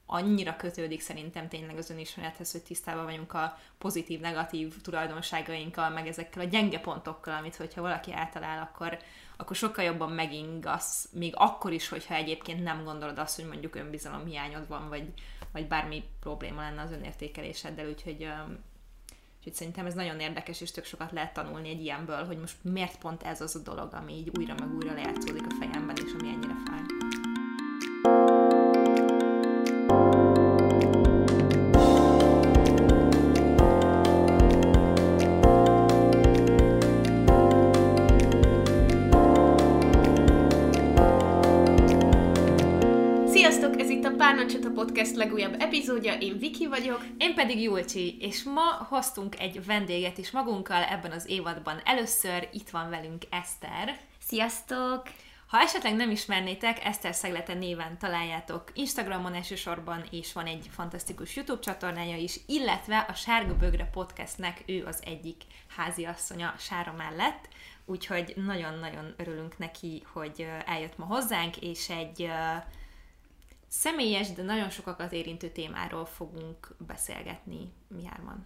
annyira kötődik szerintem tényleg az önismerethez, hogy tisztában vagyunk a pozitív-negatív tulajdonságainkkal, meg ezekkel a gyenge pontokkal, amit hogyha valaki eltalál, akkor sokkal jobban megingasz, még akkor is, hogyha egyébként nem gondolod azt, hogy mondjuk önbizalomhiányod van, vagy bármi probléma lenne az önértékeléseddel, úgyhogy szerintem ez nagyon érdekes, és tök sokat lehet tanulni egy ilyenből, hogy most miért pont ez az a dolog, ami így újra meg újra lejátszódik a fejemben, és ami ennyire fáj. Sziasztok, ez itt a Párnacsata Podcast legújabb epizódja, én Viki vagyok. Én pedig Julcsi, és ma hoztunk egy vendéget is magunkkal ebben az évadban először, itt van velünk Eszter. Sziasztok! Ha esetleg nem ismernétek, Eszter Szeglete néven találjátok Instagramon elsősorban, és van egy fantasztikus YouTube csatornája is, illetve a Sárga Bögre Podcastnek ő az egyik háziasszonya Sára mellett, úgyhogy nagyon-nagyon örülünk neki, hogy eljött ma hozzánk, és egy személyes, de nagyon sokakat érintő témáról fogunk beszélgetni mi hárman.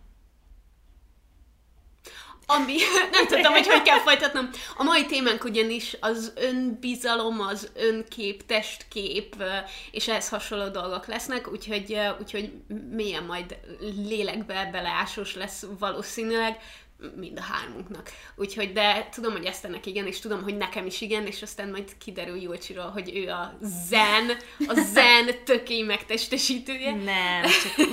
Ami, nem tudtam, hogy kell folytatnom. A mai témánk ugyanis az önbizalom, az önkép, testkép, és ehhez hasonló dolgok lesznek, úgyhogy mélyen majd lélekbe beleásós lesz valószínűleg mind a hármunknak. Úgyhogy, de tudom, hogy Eszternek igen, és tudom, hogy nekem is igen, és aztán majd kiderül Julcsiról, hogy ő a zen tökély megtestesítője. Nem, csak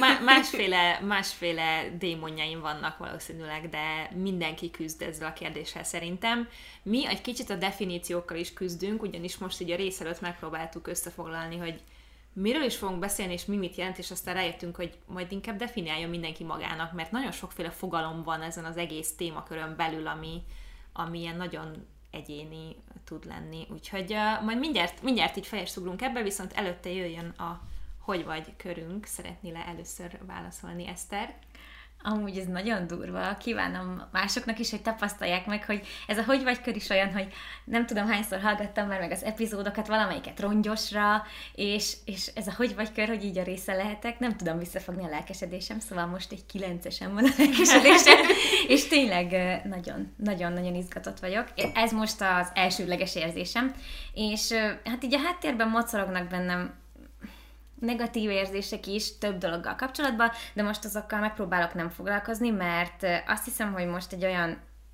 másféle démonjaim vannak valószínűleg, de mindenki küzd ezzel a kérdéssel szerintem. Mi egy kicsit a definíciókkal is küzdünk, ugyanis most így a rész előtt megpróbáltuk összefoglalni, hogy miről is fogunk beszélni, és mi mit jelent, és aztán rájöttünk, hogy majd inkább definiáljon mindenki magának, mert nagyon sokféle fogalom van ezen az egész témakörön belül, ami ilyen nagyon egyéni tud lenni. Úgyhogy majd mindjárt így fejest ugrunk ebbe, viszont előtte jöjjön a hogy vagy körünk. Szeretnél először válaszolni, Eszter? Amúgy ez nagyon durva. Kívánom másoknak is, hogy tapasztalják meg, hogy ez a hogy vagy kör is olyan, hogy nem tudom hányszor hallgattam már meg az epizódokat, valamelyiket rongyosra, és ez a hogy vagy kör, hogy így a része lehetek, nem tudom visszafogni a lelkesedésem, szóval most egy 9-esen van a lelkesedésem, és tényleg nagyon-nagyon izgatott vagyok. Ez most az elsődleges érzésem, és hát így a háttérben mocorognak bennem negatív érzések is több dologgal kapcsolatban, de most azokkal megpróbálok nem foglalkozni, mert azt hiszem, hogy most egy olyan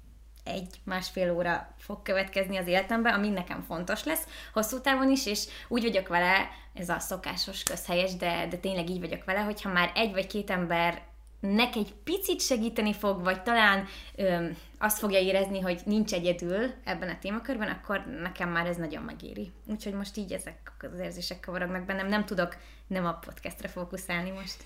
1-1,5 óra fog következni az életemben, ami nekem fontos lesz, hosszú távon is, és úgy vagyok vele, ez a szokásos közhelyes, de tényleg így vagyok vele, hogyha már 1 vagy 2 ember egy picit segíteni fog, vagy talán azt fogja érezni, hogy nincs egyedül ebben a témakörben, akkor nekem már ez nagyon megéri. Úgyhogy most így ezek az érzések kavarognak bennem, nem tudok nem a podcastra fókuszálni most.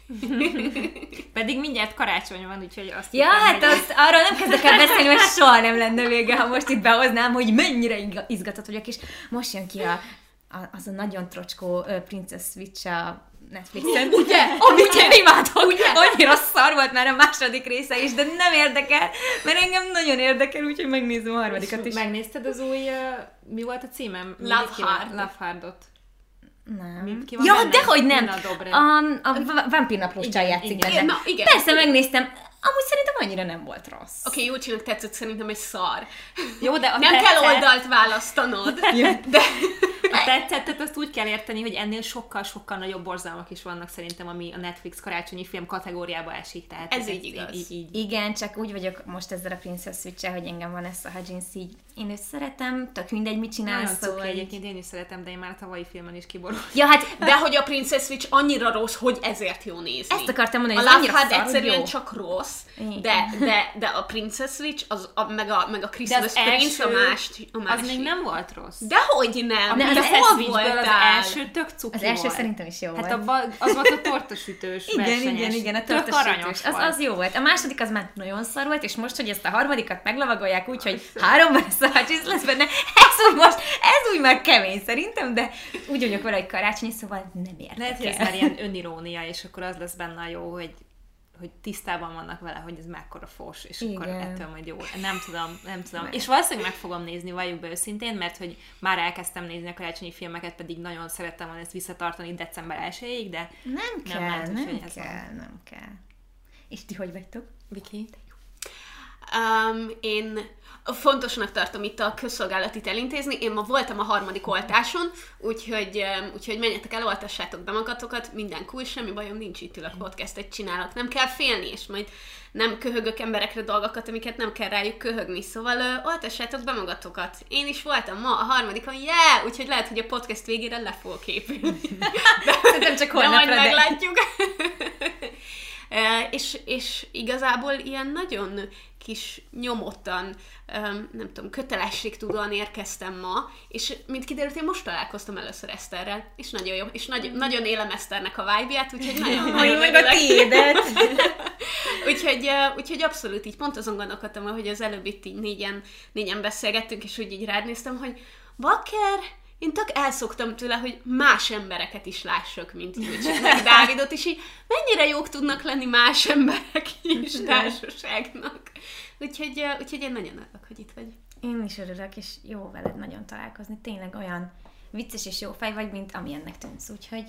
Pedig mindjárt karácsony van, úgyhogy azt... Ja, hát arról nem kezdek el beszélni, mert soha nem lenne vége, ha most itt behoznám, hogy mennyire izgatott vagyok, és most jön ki az a nagyon trocskó Princess Switch a Netflixen. Ugye? Amit én imádok. Ugye? Annyira szar volt már a második része is, de nem érdekel, mert engem nagyon érdekel, úgyhogy megnézem a harmadikat is. Megnézted az új, mi volt a címem? Love Hardot. Nem. Ja, dehogy nem! A Vámpírnaplóscsal játszik benne. Na, igen. Persze, megnéztem. Amúgy szerintem annyira nem volt rossz. Oké, Julcsinak tetszett, szerintem egy szar. Jó, de nem kell oldalt választanod. De... A tetszettet azt úgy kell érteni, hogy ennél sokkal-sokkal nagyobb borzalmak is vannak szerintem, ami a Netflix karácsonyi film kategóriába esik. Tehát ez így igaz. Így. Igen, csak úgy vagyok most ezzel a Princess Switch-el, hogy engem van ezt a Hudgens így. Én őt szeretem, tök mindegy, mit csinál. Nagyon szóval egyébként én is szeretem, de én már a tavalyi filmen is kiborultam. Ja, hát, de hogy a Princess Switch annyira rossz, hogy ezért jó nézni. Ezt akartam mondani, hogy a Love Hard egyszerűen csak rossz, de a Princess Switch, meg a Christmas Prince a másik. Az még nem volt rossz. Dehogy nem. De hol voltál? Az első tök cuki Az első volt. Szerintem is jó volt. Hát az volt a tortasütős versenyes. Igen, a tortasütős. Az jó volt. A második az már nagyon szar volt, és most, hogy ezt a harmadikat meglavagolják úgy, hogy 3-ban lesz a Hutchins lesz benne, ez úgy már kemény szerintem, de úgy vagyok vele, hogy karácsonyi, szóval nem érdekel. Lehet, hogy ez már ilyen önirónia, és akkor az lesz benne a jó, hogy tisztában vannak vele, hogy ez mekkora fos, és Igen. akkor ettől majd jó. Nem tudom. És valószínűleg meg fogom nézni, valljuk be őszintén, mert hogy már elkezdtem nézni a karácsonyi filmeket, pedig nagyon szerettem volna ezt visszatartani december 1-ig, de Nem kell. És ti hogy vagytok? Viki? Én fontosnak tartom itt a közszolgálatit elintézni. Én ma voltam a 3. oltáson, úgyhogy menjetek el, oltassátok be magatokat, minden cool, semmi bajom nincs, itt ülök, podcastet csinálok. Nem kell félni, és majd nem köhögök emberekre dolgokat, amiket nem kell rájuk köhögni. Szóval oltassátok be magatokat. Én is voltam ma a 3-on, úgyhogy lehet, hogy a podcast végére le fogok épülni. Szerintem csak holnapra, majd meglátjuk. És igazából ilyen nagyon kis nyomottan, nem tudom, kötelességtudóan érkeztem ma, és mint kiderült, én most találkoztam először Eszterrel, és nagyon jó, és nagyon élem Eszternek a vibe-ját, úgyhogy nagyon meg a tiédet! úgyhogy abszolút így pont azon gondolkodtam, hogy az előbb itt így négyen beszélgettünk, és úgy így rád néztem, hogy bakker, én tök elszoktam tőle, hogy más embereket is lássak, mint Gyurcsit, meg Dávidot, és így mennyire jók tudnak lenni más emberek is társaságnak. Úgyhogy én nagyon örülök, hogy itt vagy. Én is örülök, és jó veled nagyon találkozni. Tényleg olyan vicces és jó fej vagy, mint amilyennek tűnsz, úgyhogy...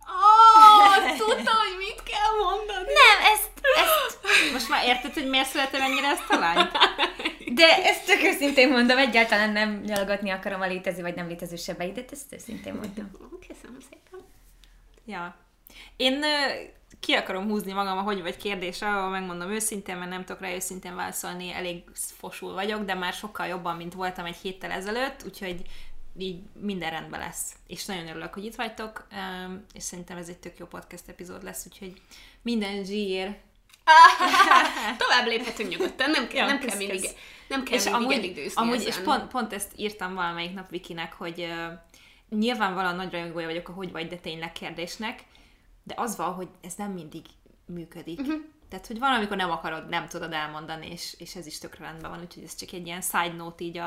Tudtam, hogy mit kell mondani. Nem, ezt... Most már érted, hogy miért születem ennyire ezt a lányt? De ezt csak őszintén mondom, egyáltalán nem nyalogatni akarom a létező vagy nem létező sebeidet, ezt őszintén mondom. Köszönöm szépen. Ja. Én ki akarom húzni magam a hogy vagy kérdésre, ahol megmondom őszintén, mert nem tudok rá őszintén válaszolni, elég fosul vagyok, de már sokkal jobban, mint voltam egy héttel ezelőtt, úgyhogy így minden rendben lesz. És nagyon örülök, hogy itt vagytok, és szerintem ez egy tök jó podcast epizód lesz, úgyhogy minden zsír. Tovább léphetünk nyugodtan, nem kell mindig elidőzni. Amúgy és pont ezt írtam valamelyik nap Vikinek, hogy nyilvánvalóan nagy rajongója vagyok a hogy vagy, de tényleg kérdésnek, de az van, hogy ez nem mindig működik. Tehát, hogy van, amikor nem akarod, nem tudod elmondani, és ez is tökre rendben van, úgyhogy ez csak egy ilyen side note így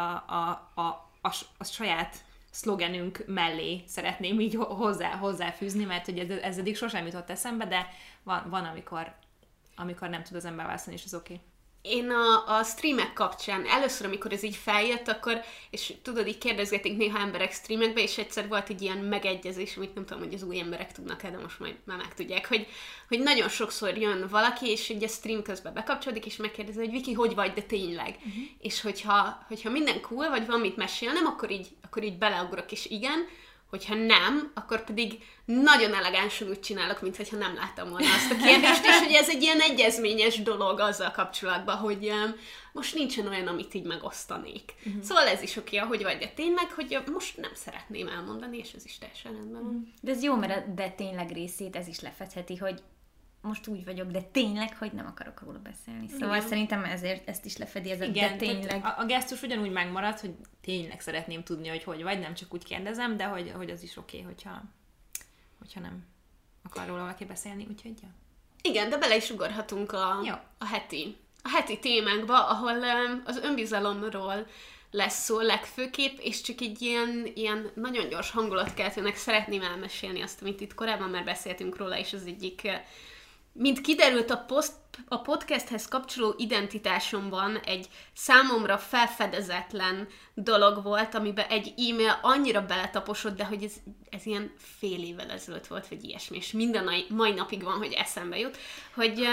a saját szlogenünk mellé szeretném így hozzáfűzni, mert hogy ez eddig sosem jutott eszembe, de van amikor nem tud az ember válaszolni, és az oké. Én a streamek kapcsán, először, amikor ez így feljött, akkor, és tudod, így kérdezgetik néha emberek streamekbe, és egyszer volt egy ilyen megegyezés, amit nem tudom, hogy az új emberek tudnak-e, de most majd már megtudják, hogy nagyon sokszor jön valaki, és ugye stream közben bekapcsolódik, és megkérdezi, hogy Viki, hogy vagy, de tényleg. És hogyha minden cool, vagy van mit mesélnem, akkor így beleugrok, és igen, hogyha nem, akkor pedig nagyon elegánsan úgy csinálok, mintha nem láttam volna azt a kérdést, és hogy ez egy ilyen egyezményes dolog azzal kapcsolatban, hogy most nincsen olyan, amit így megosztanék. Szóval ez is oké, ahogy vagy, de tényleg, hogy most nem szeretném elmondani, és ez is teljesen rendben van. De ez jó, mert a de tényleg részét ez is lefedheti, hogy most úgy vagyok, de tényleg, hogy nem akarok róla beszélni. Szóval szerintem ezért ezt is lefedi ez a de tényleg. A gesztus ugyanúgy megmarad, hogy tényleg szeretném tudni, hogy vagy, nem csak úgy kérdezem, de hogy az is oké, hogyha nem akar róla valaki beszélni, úgyhogy ja. Igen, de bele is ugorhatunk a heti témánkba, ahol az önbizalomról lesz szó legfőképp, és csak egy ilyen nagyon gyors hangulatkeltőnek szeretném elmesélni azt, amit itt korábban már beszéltünk róla, és az egyik, mint kiderült, a podcasthez kapcsoló identitásomban egy számomra felfedezetlen dolog volt, amiben egy e-mail annyira beletaposott, de hogy ez ilyen fél évvel ezelőtt volt, vagy ilyesmi, és minden mai napig van, hogy eszembe jut, hogy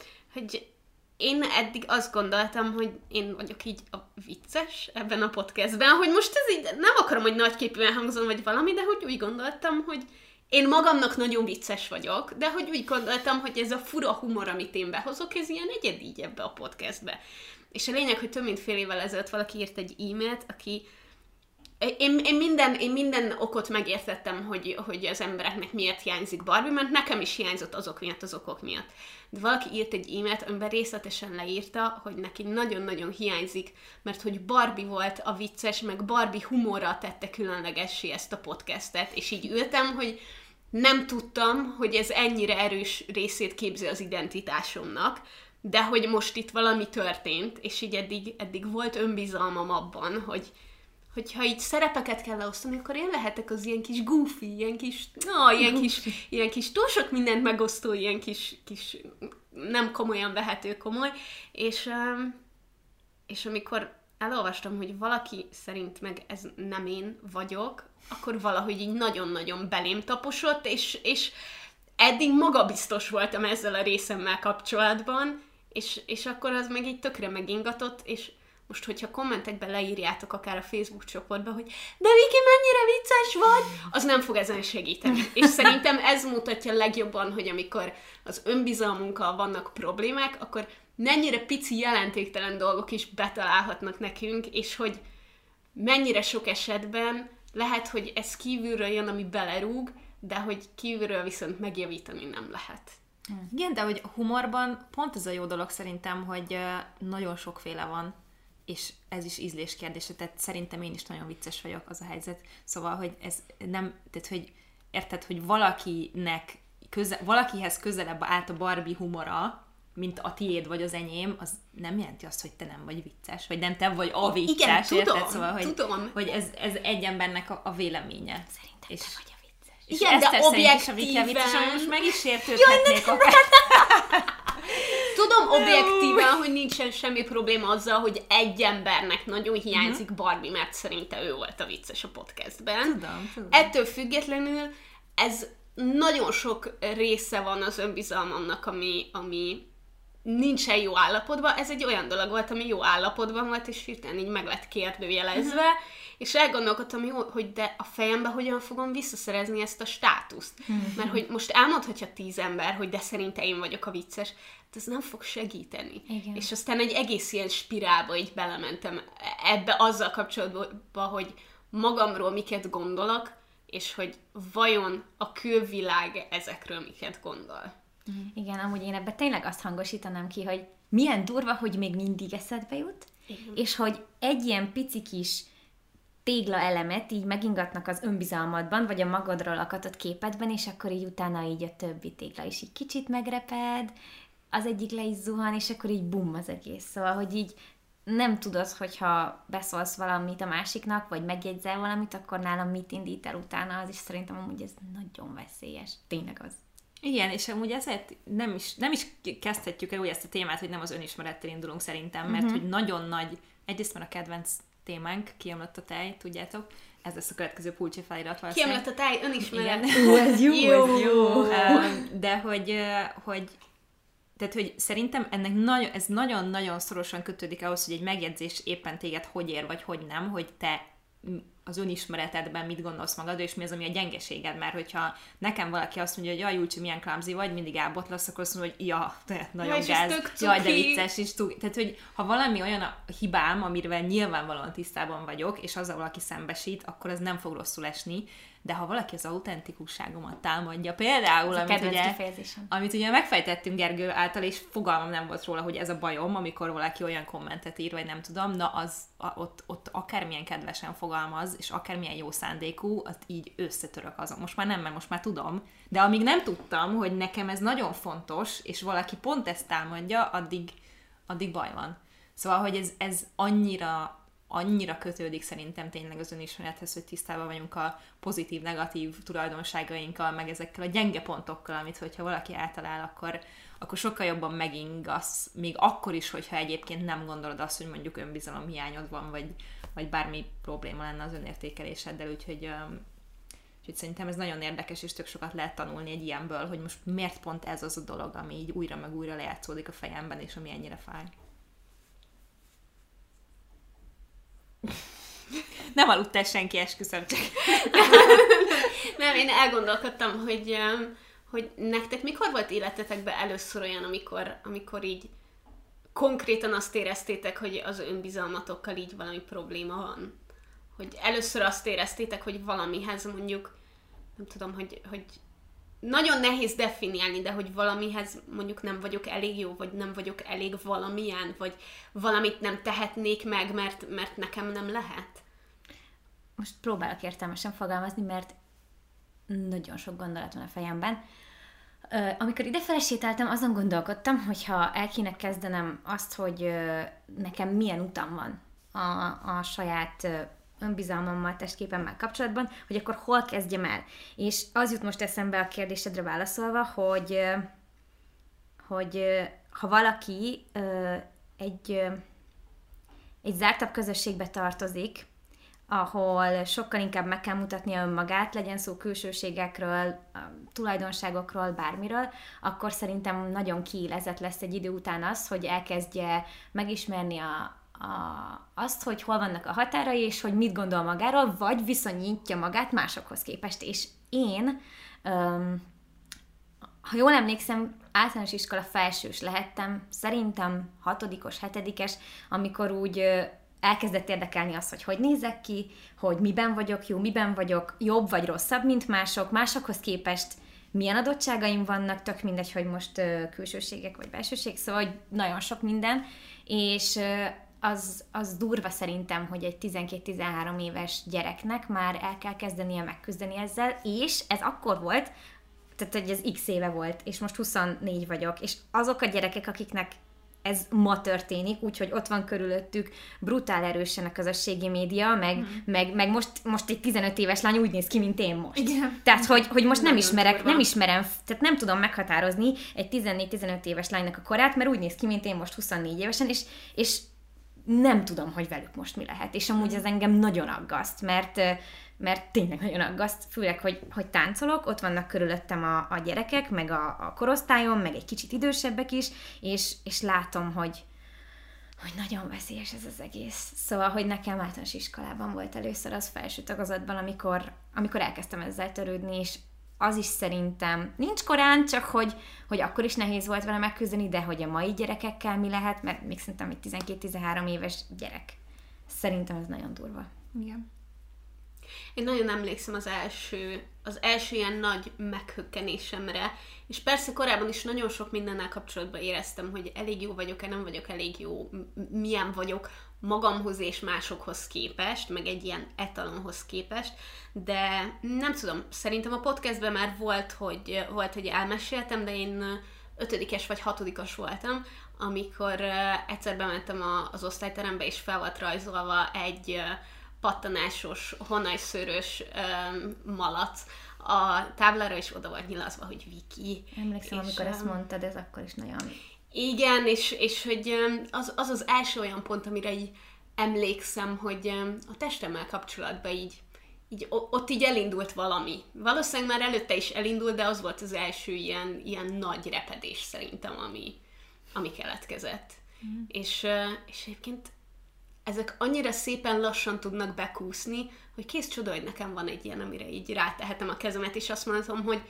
én eddig azt gondoltam, hogy én vagyok így a vicces ebben a podcastben, hogy most ez így, nem akarom, hogy nagyképűen hangzom, vagy valami, de hogy úgy gondoltam, hogy én magamnak nagyon vicces vagyok, de hogy úgy gondoltam, hogy ez a fura humor, amit én behozok, ez ilyen egyedi így ebbe a podcastbe. És a lényeg, hogy több mint fél évvel ezelőtt valaki írt egy e-mailt, aki Én minden okot megértettem, hogy az embereknek miért hiányzik Barbie, mert nekem is hiányzott azok miatt, az okok miatt. De valaki írt egy e-mailt, amiben részletesen leírta, hogy neki nagyon-nagyon hiányzik, mert hogy Barbie volt a vicces, meg Barbie humorral tette különlegessé ezt a podcastet, és így ültem, hogy nem tudtam, hogy ez ennyire erős részét képzi az identitásomnak, de hogy most itt valami történt, és így eddig volt önbizalmam abban, hogyha így szerepeket kell leosztani, akkor én lehetek az ilyen kis goofy, ilyen kis túl sok mindent megosztó, ilyen kis nem komolyan vehető komoly, és amikor elolvastam, hogy valaki szerint meg ez nem én vagyok, akkor valahogy így nagyon-nagyon belém taposott, és eddig magabiztos voltam ezzel a részemmel kapcsolatban, és akkor az meg így tökre megingatott, és most, hogyha kommentekben leírjátok akár a Facebook csoportba, hogy de Viki, mennyire vicces vagy, az nem fog ezen segíteni. És szerintem ez mutatja legjobban, hogy amikor az önbizalmunkkal vannak problémák, akkor mennyire pici jelentéktelen dolgok is betalálhatnak nekünk, és hogy mennyire sok esetben lehet, hogy ez kívülről jön, ami belerúg, de hogy kívülről viszont megjavítani nem lehet. Igen, de hogy a humorban pont ez a jó dolog szerintem, hogy nagyon sokféle van, és ez is ízlés kérdése, tehát szerintem én is nagyon vicces vagyok, az a helyzet. Szóval, hogy ez nem, tehát hogy érted, hogy valakihez közelebb állt a Barbie humora, mint a tiéd vagy az enyém, az nem jelenti azt, hogy te nem vagy vicces, vagy nem te vagy a vicces, igen, tudom, érted? Szóval, tudom. Hogy ez egy embernek a véleménye. Szerintem te vagy a vicces. És igen, de objektíven... Most meg is sértődhetnék akár. Tudom objektíven, hogy nincsen semmi probléma azzal, hogy egy embernek nagyon hiányzik Barbie, mert szerinte ő volt a vicces a podcastben. Tudom. Ettől függetlenül ez nagyon sok része van az önbizalmamnak, ami nincsen jó állapotban. Ez egy olyan dolog volt, ami jó állapotban volt, és hirtelen így meg lett kérdőjelezve, és elgondolkodtam, hogy de a fejembe hogyan fogom visszaszerezni ezt a státuszt. Mert hogy most elmondhatja 10 ember, hogy de szerinte én vagyok a vicces, de ez nem fog segíteni. Igen. És aztán egy egész ilyen spirálba így belementem ebbe azzal kapcsolatban, hogy magamról miket gondolok, és hogy vajon a külvilág ezekről miket gondol. Igen, amúgy én ebben tényleg azt hangosítanám ki, hogy milyen durva, hogy még mindig eszedbe jut, és hogy egy ilyen pici kis tégla elemet így megingatnak az önbizalmadban, vagy a magadról alkotott képedben, és akkor így utána így a többi tégla is így kicsit megreped, az egyik le is zuhan, és akkor így bum az egész. Szóval, hogy így nem tudod, hogyha beszólsz valamit a másiknak, vagy megjegyzel valamit, akkor nálam mit indít el utána, az is szerintem amúgy ez nagyon veszélyes. Tényleg az. Igen, és amúgy ezért nem is kezdhetjük el úgy ezt a témát, hogy nem az önismerettel indulunk szerintem, mert hogy nagyon nagy, egyrészt már a kedvenc témánk, kiomlott a tej, tudjátok, ez lesz a következő pulcsi felirat valószínűleg. Kiomlott a tej, önismeret. Ez jó. De hogy szerintem ez nagyon-nagyon szorosan kötődik ahhoz, hogy egy megjegyzés éppen téged hogy ér, vagy hogy nem, hogy te az önismeretedben mit gondolsz magadról, és mi az, ami a gyengeséged, mert hogyha nekem valaki azt mondja, hogy jaj, Julcsi, milyen clumsy vagy, mindig elbotlasz, akkor azt mondja, hogy ja, te nagyon gáz, jaj, de vicces, és tehát, hogy ha valami olyan a hibám, amivel nyilvánvalóan tisztában vagyok, és azzal valaki szembesít, akkor az nem fog rosszul esni, de ha valaki az autentikusságomat támadja, például, amit ugye megfejtettünk Gergő által, és fogalmam nem volt róla, hogy ez a bajom, amikor valaki olyan kommentet ír, vagy nem tudom, na ott akármilyen kedvesen fogalmaz, és akármilyen jó szándékú, azt így összetörök azon. Most már nem, mert most már tudom, de amíg nem tudtam, hogy nekem ez nagyon fontos, és valaki pont ezt támadja, addig baj van. Szóval, hogy ez annyira kötődik szerintem tényleg az önismerethez, hogy tisztában vagyunk a pozitív-negatív tulajdonságainkkal, meg ezekkel a gyenge pontokkal, amit hogyha valaki általál, akkor sokkal jobban megingasz, még akkor is, hogyha egyébként nem gondolod azt, hogy mondjuk önbizalomhiányod van, vagy bármi probléma lenne az önértékeléseddel, úgyhogy szerintem ez nagyon érdekes, és tök sokat lehet tanulni egy ilyenből, hogy most miért pont ez az a dolog, ami így újra meg újra lejátszódik a fejemben, és ami ennyire fáj. Nem aludtál senki, esküszöm csak. Nem, én elgondolkodtam, hogy nektek mikor volt életetekben először olyan, amikor így konkrétan azt éreztétek, hogy az önbizalmatokkal így valami probléma van? Hogy először azt éreztétek, hogy valamihez mondjuk, nem tudom, hogy nagyon nehéz definiálni, de hogy valamihez mondjuk nem vagyok elég jó, vagy nem vagyok elég valamilyen, vagy valamit nem tehetnék meg, mert nekem nem lehet. Most próbálok értelmesen fogalmazni, mert nagyon sok gondolat van a fejemben. Amikor idefele sétáltam, azon gondolkodtam, hogyha el kéne kezdenem azt, hogy nekem milyen utam van a saját önbizalmammal, testképemmel kapcsolatban, hogy akkor hol kezdjem el. És az jut most eszembe a kérdésedre válaszolva, hogy ha valaki egy zártabb közösségbe tartozik, ahol sokkal inkább meg kell mutatnia önmagát, legyen szó külsőségekről, tulajdonságokról, bármiről, akkor szerintem nagyon kiélezett lesz egy idő után az, hogy elkezdje megismerni azt, hogy hol vannak a határai, és hogy mit gondol magáról, vagy viszonyítja magát másokhoz képest. És én, ha jól emlékszem, általános iskola felsős lehettem, szerintem 6-os, 7-es, amikor úgy elkezdett érdekelni az, hogy nézek ki, hogy miben vagyok jó, miben vagyok jobb vagy rosszabb, mint másokhoz képest milyen adottságaim vannak, tök mindegy, hogy most külsőségek vagy belsőség, szóval nagyon sok minden, és az durva szerintem, hogy egy 12-13 éves gyereknek már el kell kezdenie megküzdeni ezzel, és ez akkor volt, tehát hogy ez x éve volt, és most 24 vagyok, és azok a gyerekek, akiknek ez ma történik, úgyhogy ott van körülöttük brutál erősen a közösségi média, meg most egy 15 éves lány úgy néz ki, mint én most. Igen. Tehát, hogy most nem ismerem, tehát nem tudom meghatározni egy 14-15 éves lánynak a korát, mert úgy néz ki, mint én most 24 évesen, és nem tudom, hogy velük most mi lehet. És amúgy ez engem nagyon aggaszt, mert tényleg nagyon aggaszt, főleg, hogy táncolok, ott vannak körülöttem a gyerekek, meg a korosztályom, meg egy kicsit idősebbek is, és látom, hogy nagyon veszélyes ez az egész. Szóval, hogy nekem általános iskolában volt először az felső tagozatban, amikor elkezdtem ezzel törődni, és az is szerintem nincs korán, csak hogy akkor is nehéz volt vele megküzdeni, de hogy a mai gyerekekkel mi lehet, mert még szerintem egy 12-13 éves gyerek. Szerintem ez nagyon durva. Igen. Én nagyon emlékszem az első ilyen nagy meghökkenésemre, és persze korábban is nagyon sok mindennel kapcsolatban éreztem, hogy elég jó vagyok-e, nem vagyok elég jó, milyen vagyok magamhoz és másokhoz képest, meg egy ilyen etalonhoz képest, de nem tudom, szerintem a podcastben már volt, hogy elmeséltem, de én 5-es vagy 6-as voltam, amikor egyszer bementem az osztályterembe, és fel volt rajzolva egy pattanásos, honajszőrös malac a táblára, és oda volt nyilazva, hogy Viki. Emlékszem, amikor ezt mondtad, ez akkor is nagyon... Igen, és hogy az első olyan pont, amire így emlékszem, hogy a testemmel kapcsolatban így ott így elindult valami. Valószínűleg már előtte is elindult, de az volt az első ilyen nagy repedés szerintem, ami keletkezett. És egyébként ezek annyira szépen lassan tudnak bekúszni, hogy kész csoda, hogy nekem van egy ilyen, amire így rátehetem a kezemet, és azt mondhatom, hogy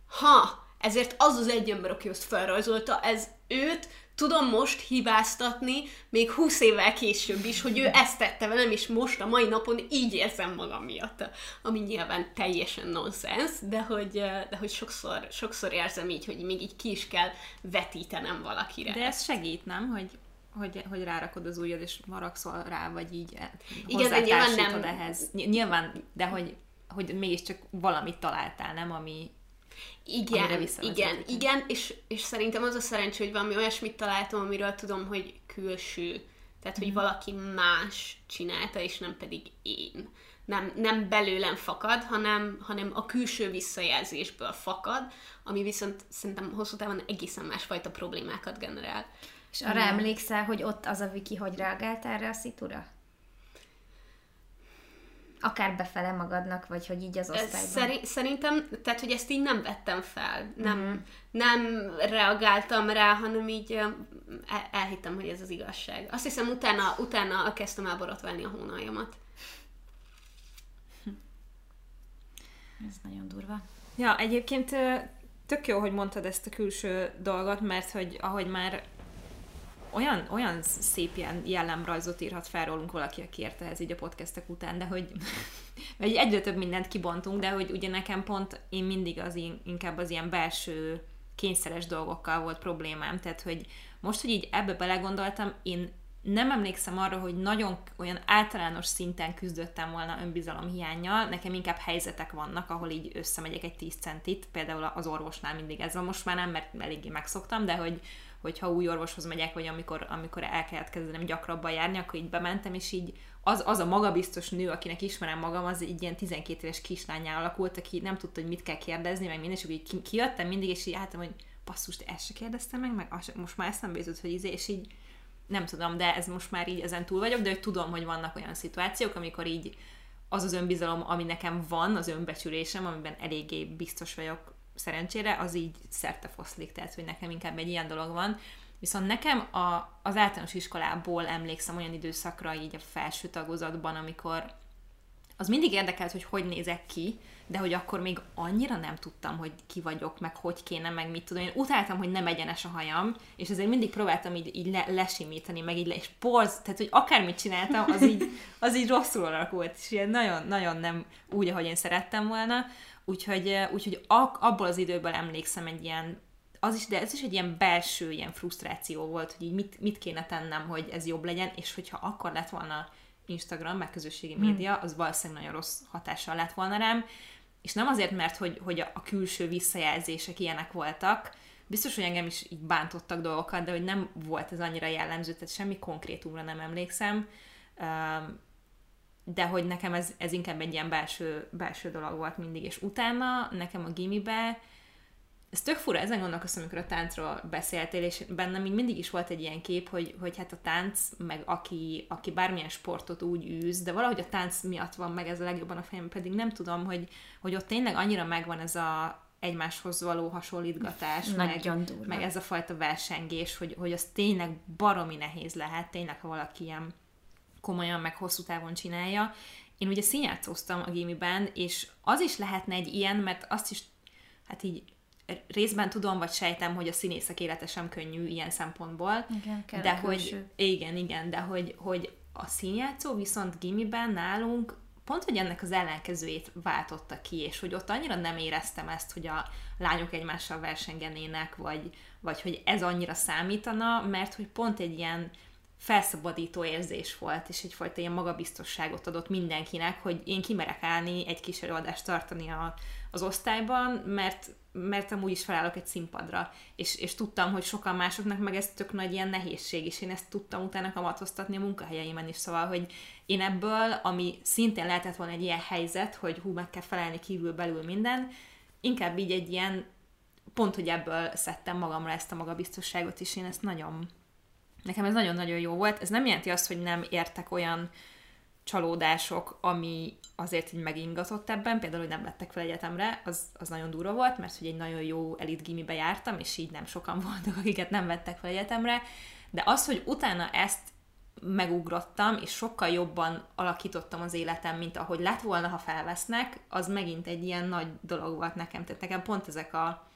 ezért az egy ember, aki azt felrajzolta, őt tudom most hibáztatni, még 20 évvel később is, hogy ő ezt tette velem, és most a mai napon így érzem magam miatt, ami nyilván teljesen nonsens, de hogy sokszor érzem így, hogy még így ki is kell vetítenem valakire. De ez segít, nem? Hogy rárakod az ujjad, és maragszol rá, vagy így igen, de nyilván nem. Ehhez. Nyilván, de hogy mégiscsak valamit találtál, nem? Ami igen, és szerintem az a szerencsé, hogy valami olyasmit találtam, amiről tudom, hogy külső, tehát hogy valaki más csinálta, és nem pedig én. Nem belőlem fakad, hanem a külső visszajelzésből fakad, ami viszont szerintem hosszú távon egészen másfajta problémákat generál. És arra emlékszel, hogy ott az a Viki hogy reagált erre a szitura? Akár befele magadnak, vagy hogy így az osztályban? Szerintem, tehát, hogy ezt így nem vettem fel. Nem reagáltam rá, hanem így elhittem, hogy ez az igazság. Azt hiszem, utána kezdtem el borotválni a hónaljamat. Ez nagyon durva. Ja, egyébként tök jó, hogy mondtad ezt a külső dolgot, mert hogy ahogy már olyan szép ilyen jellemrajzot írhat fel rólunk valaki, aki érte ez így a podcastek után, de hogy egyre több mindent kibontunk, de hogy ugye nekem pont én mindig inkább az ilyen belső kényszeres dolgokkal volt problémám, tehát hogy most, hogy így ebbe belegondoltam, én nem emlékszem arra, hogy nagyon olyan általános szinten küzdöttem volna önbizalomhiánnyal, nekem inkább helyzetek vannak, ahol így összemegyek egy 10 centit, például az orvosnál mindig ez van, most már nem, mert eléggé megszoktam, de hogyha új orvoshoz megyek, vagy amikor el kellett kezdenem gyakrabban járni, akkor így bementem, és így az a magabiztos nő, akinek ismerem magam, az egy ilyen 12 éves kislánnyá alakult, aki nem tudta, hogy mit kell kérdezni, meg minden, és így kijöttem mindig, és így álltam, hogy basszus, ezt se kérdeztem meg most már eszembe jutott, hogy és így nem tudom, de ez most már így ezen túl vagyok, de hogy tudom, hogy vannak olyan szituációk, amikor így az önbizalom, ami nekem van, az önbecsülésem, amiben eléggé biztos vagyok szerencsére, az így szerte foszlik, tehát hogy nekem inkább egy ilyen dolog van. Viszont nekem az általános iskolából emlékszem olyan időszakra így a felső tagozatban, amikor az mindig érdekelt, hogy nézek ki, de hogy akkor még annyira nem tudtam, hogy ki vagyok, meg hogy kéne, meg mit tudom. Én utáltam, hogy nem egyenes a hajam, és ezért mindig próbáltam így lesimítani, meg így és tehát hogy akármit csináltam, az így rosszul alakult, és ilyen nagyon nem úgy, ahogy én szerettem volna. Úgyhogy abból az időből emlékszem egy ilyen, ez is egy ilyen belső ilyen frusztráció volt, hogy így mit kéne tennem, hogy ez jobb legyen, és hogyha akkor lett volna Instagram, meg közösségi média, az valószínűleg nagyon rossz hatással lett volna rám, és nem azért, mert hogy a külső visszajelzések ilyenek voltak, biztos, hogy engem is így bántottak dolgokat, de hogy nem volt ez annyira jellemző, tehát semmi konkrétumra nem emlékszem, de hogy nekem ez inkább egy ilyen belső dolog volt mindig, és utána nekem a gimibe, ez tök fura, ezen gondolkoztam, amikor a táncról beszéltél, és bennem mindig is volt egy ilyen kép, hogy hát a tánc, meg aki bármilyen sportot úgy űz, de valahogy a tánc miatt van meg ez a legjobban a fejemben, pedig nem tudom, hogy ott tényleg annyira megvan ez a egymáshoz való hasonlítgatás, meg ez a fajta versengés, hogy az tényleg baromi nehéz lehet, tényleg, ha valaki ilyen komolyan, meg hosszú távon csinálja. Én ugye színjátszóztam a gimiben, és az is lehetne egy ilyen, mert azt is, hát így részben tudom, vagy sejtem, hogy a színészek élete sem könnyű ilyen szempontból. Igen, de hogy igen, de hogy a színjátszó viszont gimiben nálunk pont, hogy ennek az ellenkezőjét váltotta ki, és hogy ott annyira nem éreztem ezt, hogy a lányok egymással versengenének, vagy hogy ez annyira számítana, mert hogy pont egy ilyen felszabadító érzés volt, és egyfajta ilyen magabiztosságot adott mindenkinek, hogy én kimerek állni, egy kis előadást tartani az osztályban, mert amúgy is felállok egy színpadra, és tudtam, hogy sokan másoknak meg ez tök nagy ilyen nehézség, és én ezt tudtam utána kamatoztatni a munkahelyeimen is, szóval, hogy én ebből, ami szintén lehetett volna egy ilyen helyzet, hogy meg kell felelni kívül-belül minden, inkább így egy ilyen, pont, hogy ebből szedtem magamra ezt a magabiztosságot, és én ezt nekem ez nagyon-nagyon jó volt. Ez nem jelenti azt, hogy nem értek olyan csalódások, ami azért így megingatott ebben, például, hogy nem vettek fel egyetemre, az nagyon durva volt, mert hogy egy nagyon jó elit gimibe jártam, és így nem sokan voltak, akiket nem vettek fel egyetemre, de az, hogy utána ezt megugrottam, és sokkal jobban alakítottam az életem, mint ahogy lett volna, ha felvesznek, az megint egy ilyen nagy dolog volt nekem. Tehát nekem pont ezek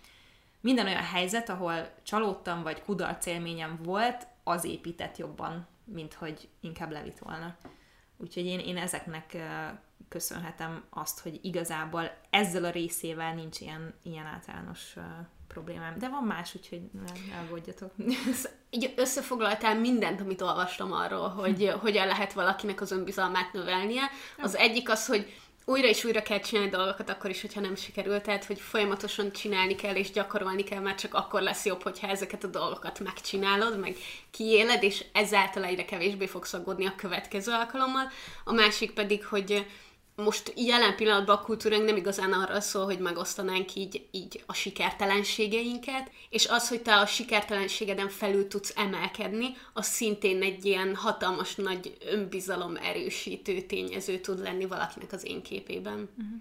minden olyan helyzet, ahol csalódtam, vagy kudarc élményem volt, az épített jobban, mint hogy inkább levitt volna. Úgyhogy én ezeknek köszönhetem azt, hogy igazából ezzel a részével nincs ilyen általános problémám. De van más, úgyhogy ne aggódjatok. Így összefoglaltál mindent, amit olvastam arról, hogy hogyan lehet valakinek az önbizalmát növelnie. Az egyik az, hogy újra és újra kell csinálni dolgokat, akkor is, hogyha nem sikerül, tehát, hogy folyamatosan csinálni kell, és gyakorolni kell, mert csak akkor lesz jobb, hogyha ezeket a dolgokat megcsinálod, meg kiéled, és ezáltal egyre kevésbé fogsz aggódni a következő alkalommal. A másik pedig, hogy most jelen pillanatban a kultúránk nem igazán arra szól, hogy megosztanánk így a sikertelenségeinket, és az, hogy te a sikertelenségeden felül tudsz emelkedni, az szintén egy ilyen hatalmas nagy önbizalom erősítő tényező tud lenni valakinek az én képében. Uh-huh.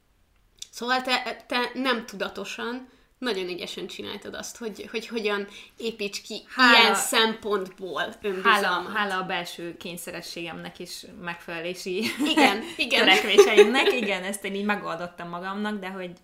Szóval te nem tudatosan, nagyon ügyesen csináltad azt, hogy hogyan építs ki ilyen szempontból önbizalmat. Hála a belső kényszerességemnek és megfelelési igen. törekvéseimnek. Igen, ezt én így megoldottam magamnak, de hogy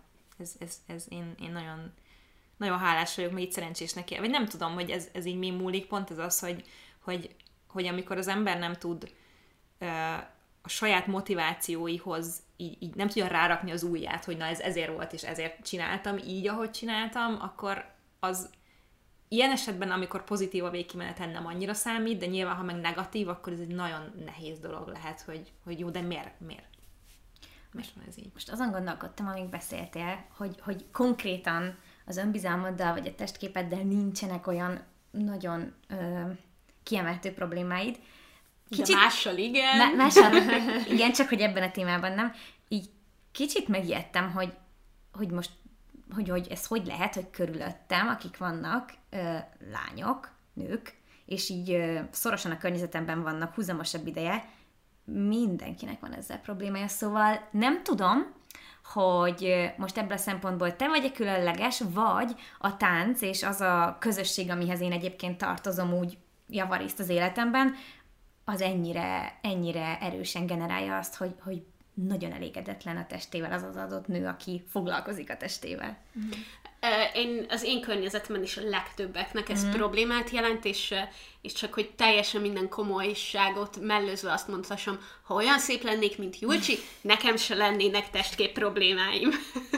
én nagyon, nagyon hálás vagyok, meg így szerencsésnek. Vagy nem tudom, hogy ez így mi múlik, pont ez az, hogy amikor az ember nem tud a saját motivációihoz így nem tudja rárakni az ujját, hogy na ez ezért volt, és ezért csináltam így, ahogy csináltam, akkor az ilyen esetben, amikor pozitív a végkimeneten nem annyira számít, de nyilván, ha meg negatív, akkor ez egy nagyon nehéz dolog lehet, hogy jó, de miért? Miért van ez így? Most azon gondolkodtam, amíg beszéltél, hogy konkrétan az önbizalmaddal, vagy a testképeddel nincsenek olyan nagyon kiemeltő problémáid. Kicsit, de mással igen. Mással, igen, csak hogy ebben a témában nem. Így kicsit megijedtem, hogy most hogy ez hogy lehet, hogy körülöttem, akik vannak, lányok, nők, és így szorosan a környezetemben vannak húzamosabb ideje, mindenkinek van ezzel problémája, szóval nem tudom, hogy most ebből a szempontból te vagy-e különleges, vagy a tánc és az a közösség, amihez én egyébként tartozom úgy javarészt az életemben, az ennyire erősen generálja azt, hogy nagyon elégedetlen a testével az adott nő, aki foglalkozik a testével. Az én környezetemben is a legtöbbeknek ez problémát jelent, és csak hogy teljesen minden komolyságot mellőzve azt mondhassam, ha olyan szép lennék, mint Julcsi, nekem se lennének testkép problémáim.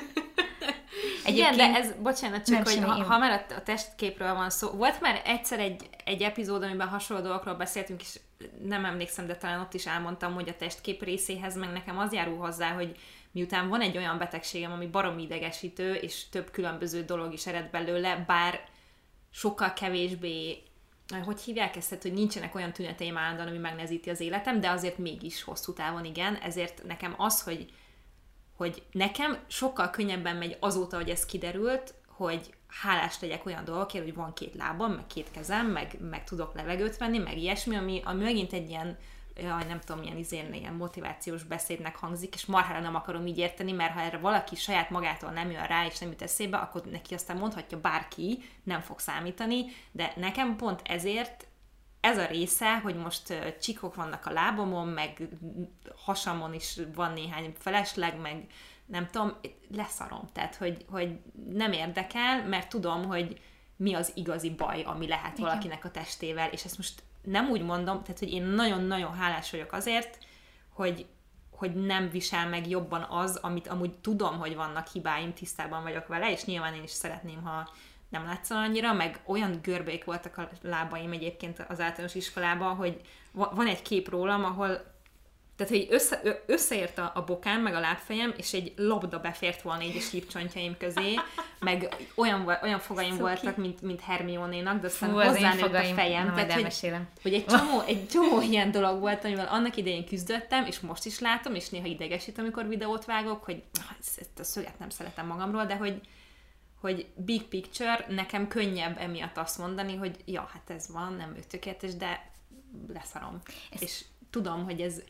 Igen, de ez, bocsánat, csak hogy ha már a testképről van szó, volt már egyszer egy epizód, amiben hasonló dolgokról beszéltünk, és nem emlékszem, de talán ott is elmondtam, hogy a testkép részéhez meg nekem az járul hozzá, hogy miután van egy olyan betegségem, ami baromi idegesítő, és több különböző dolog is ered belőle, bár sokkal kevésbé, hogy hívják ezt, hogy nincsenek olyan tüneteim állandóan, ami megnehezíti az életem, de azért mégis hosszú távon igen, ezért nekem az, hogy nekem sokkal könnyebben megy azóta, hogy ez kiderült, hogy hálás legyek olyan dolgokért, hogy van 2 lábam, meg 2 kezem, meg tudok levegőt venni, meg ilyesmi, ami megint egy ilyen, nem tudom, ilyen motivációs beszédnek hangzik, és marhára nem akarom így érteni, mert ha erre valaki saját magától nem jön rá, és nem jut eszébe, akkor neki aztán mondhatja bárki, nem fog számítani, de nekem pont ezért ez a része, hogy most csikok vannak a lábamon, meg hasamon is van néhány felesleg, meg nem tudom, leszarom. Tehát, hogy nem érdekel, mert tudom, hogy mi az igazi baj, ami lehet valakinek a testével, és ezt most nem úgy mondom, tehát, hogy én nagyon-nagyon hálás vagyok azért, hogy nem visel meg jobban az, amit amúgy tudom, hogy vannak hibáim, tisztában vagyok vele, és nyilván én is szeretném, ha nem látszol annyira, meg olyan görbék voltak a lábaim egyébként az általános iskolában, hogy van egy kép rólam, ahol tehát, hogy összeért a bokám, meg a lábfejem, és egy labda befért volna így a sípcsontjaim közé, meg olyan fogaim voltak, mint Hermione-nak, de aztán hozzánőtt a fejem. Tehát, hogy egy csomó ilyen dolog volt, amivel annak idején küzdöttem, és most is látom, és néha idegesít, amikor videót vágok, hogy ezt a szöget nem szeretem magamról, de hogy big picture, nekem könnyebb emiatt azt mondani, hogy ja, hát ez van, nem vagyok tökéletes, de leszarom. És tudom, hogy ez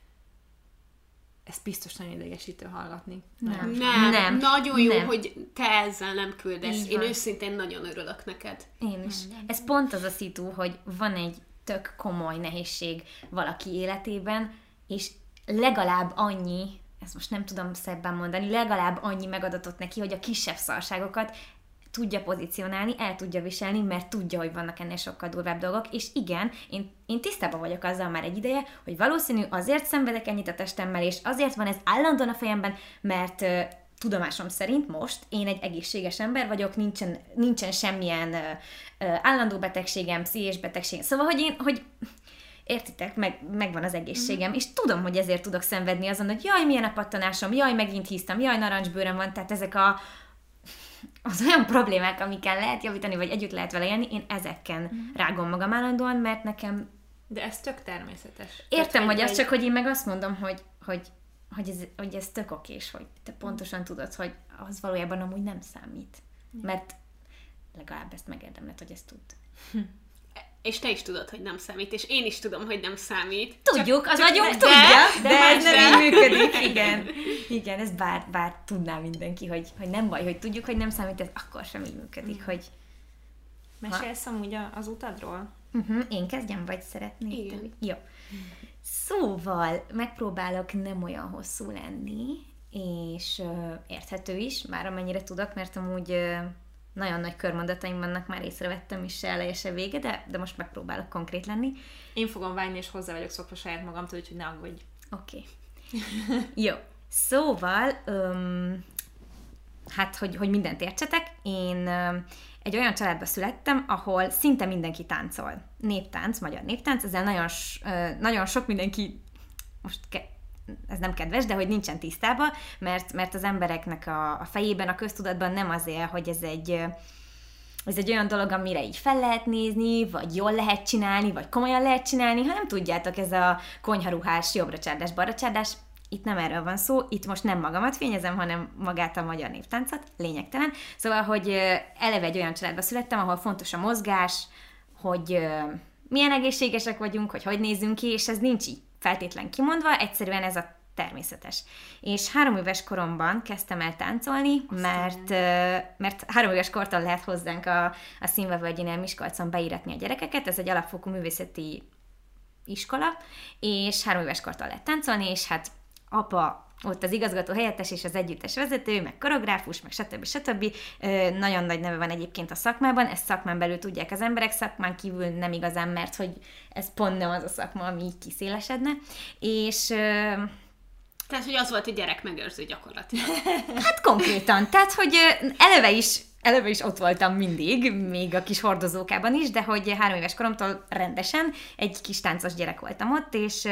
biztos nagyon idegesítő hallgatni. Nem. Nagyon jó, hogy te ezzel nem küldesz. Én őszintén nagyon örülök neked. Én is. Ez pont az a szitu, hogy van egy tök komoly nehézség valaki életében, és legalább annyi, ezt most nem tudom szebben mondani, legalább annyi megadatott neki, hogy a kisebb szarságokat tudja pozícionálni, el tudja viselni, mert tudja, hogy vannak ennél sokkal durvább dolgok, és igen, én tisztában vagyok azzal már egy ideje, hogy valószínű azért szenvedek ennyit a testemmel, és azért van ez állandóan a fejemben, mert tudomásom szerint most én egy egészséges ember vagyok, nincsen semmilyen állandó betegségem, pszichés betegségem, szóval, hogy értitek, megvan az egészségem, és tudom, hogy ezért tudok szenvedni azon, hogy jaj, milyen a pattanásom, jaj, megint híztam, jaj, narancsbőröm van, tehát ezek az olyan problémák, amikkel lehet javítani, vagy együtt lehet vele élni, én ezeken rágom magam állandóan, mert nekem... De ez tök természetes. Értem, hogy az csak, hogy én meg azt mondom, hogy ez tök okés, hogy te pontosan tudod, hogy az valójában amúgy nem számít. Mert legalább ezt megérdemled, hogy ezt tudd. És te is tudod, hogy nem számít, és én is tudom, hogy nem számít. Tudjuk, az agyunk tudja, de ez nem így működik. Igen, ez bár tudná mindenki, hogy nem baj, hogy tudjuk, hogy nem számít, ez akkor sem így működik, hogy... Mesélsz amúgy az utadról? Én kezdjem, vagy szeretnéd? Igen. Jó. Szóval megpróbálok nem olyan hosszú lenni, és érthető is, már amennyire tudok, mert amúgy... nagyon nagy körmondataim vannak, már észrevettem is, se eleje, se vége, de most megpróbálok konkrét lenni. Én fogom vágyni, és hozzá vagyok szokva saját magamtól, úgyhogy ne aggódj. Oké. Jó. Szóval, hát, hogy mindent értsetek, én egy olyan családba születtem, ahol szinte mindenki táncol. Néptánc, magyar néptánc, ezzel nagyon sok mindenki, most ez nem kedves, de hogy nincsen tisztában, mert az embereknek a fejében, a köztudatban nem az él, hogy ez egy olyan dolog, amire így fel lehet nézni, vagy jól lehet csinálni, vagy komolyan lehet csinálni, ha nem tudjátok, ez a konyharuhás, jobbra csárdás, balra csárdás, itt nem erről van szó, itt most nem magamat fényezem, hanem magát a magyar néptáncot, lényegtelen. Szóval, hogy eleve egy olyan családba születtem, ahol fontos a mozgás, hogy milyen egészségesek vagyunk, hogy nézzünk ki, és ez nincs így feltétlen kimondva, egyszerűen ez a természetes. És 3 éves koromban kezdtem el táncolni, mert 3 éves kortól lehet hozzánk a Színvevölgyinél Miskolcon beíratni a gyerekeket, ez egy alapfokú művészeti iskola, és 3 éves kortól lehet táncolni, és hát apa, ott az igazgató helyettes és az együttes vezető, meg koreográfus, meg stb. Nagyon nagy neve van egyébként a szakmában, ezt szakmán belül tudják az emberek, szakmán kívül nem igazán, mert hogy ez pont nem az a szakma, ami így kiszélesedne. És... Tehát, hogy az volt, hogy gyerek megőrző gyakorlatilag. Hát konkrétan, tehát, hogy eleve is ott voltam mindig, még a kis hordozókában is, de hogy 3 éves koromtól rendesen egy kis táncos gyerek voltam ott, és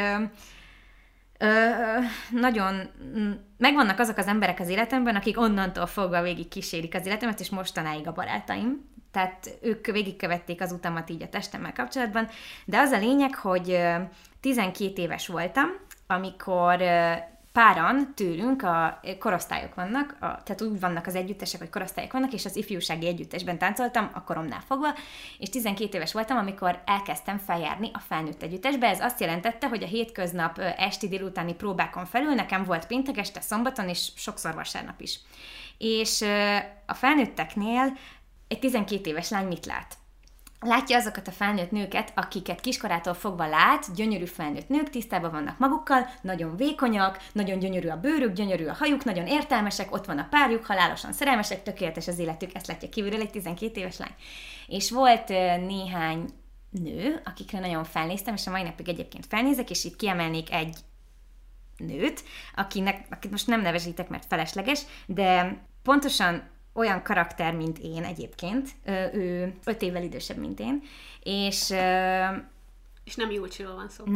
nagyon megvannak azok az emberek az életemben, akik onnantól fogva végig kísérik az életemet, és mostanáig a barátaim. Tehát ők végigkövették az utamat így a testemmel kapcsolatban, de az a lényeg, hogy 12 éves voltam, amikor páran tőlünk a korosztályok vannak, tehát úgy vannak az együttesek, hogy korosztályok vannak, és az ifjúsági együttesben táncoltam, a koromnál fogva, és 12 éves voltam, amikor elkezdtem feljárni a felnőtt együttesbe. Ez azt jelentette, hogy a hétköznap esti délutáni próbákon felül nekem volt péntek este, szombaton, és sokszor vasárnap is. És a felnőtteknél egy 12 éves lány mit lát? Látja azokat a felnőtt nőket, akiket kiskorától fogva lát, gyönyörű felnőtt nők, tisztában vannak magukkal, nagyon vékonyak, nagyon gyönyörű a bőrük, gyönyörű a hajuk, nagyon értelmesek, ott van a párjuk, halálosan szerelmesek, tökéletes az életük, ezt látja kívülről egy 12 éves lány. És volt néhány nő, akikre nagyon felnéztem, és a mai napig egyébként felnézek, és itt kiemelnék egy nőt, akit most nem nevesítek, mert felesleges, de pontosan olyan karakter, mint én egyébként. Ő 5 évvel idősebb, mint én. És nem Júlcsiról van szó.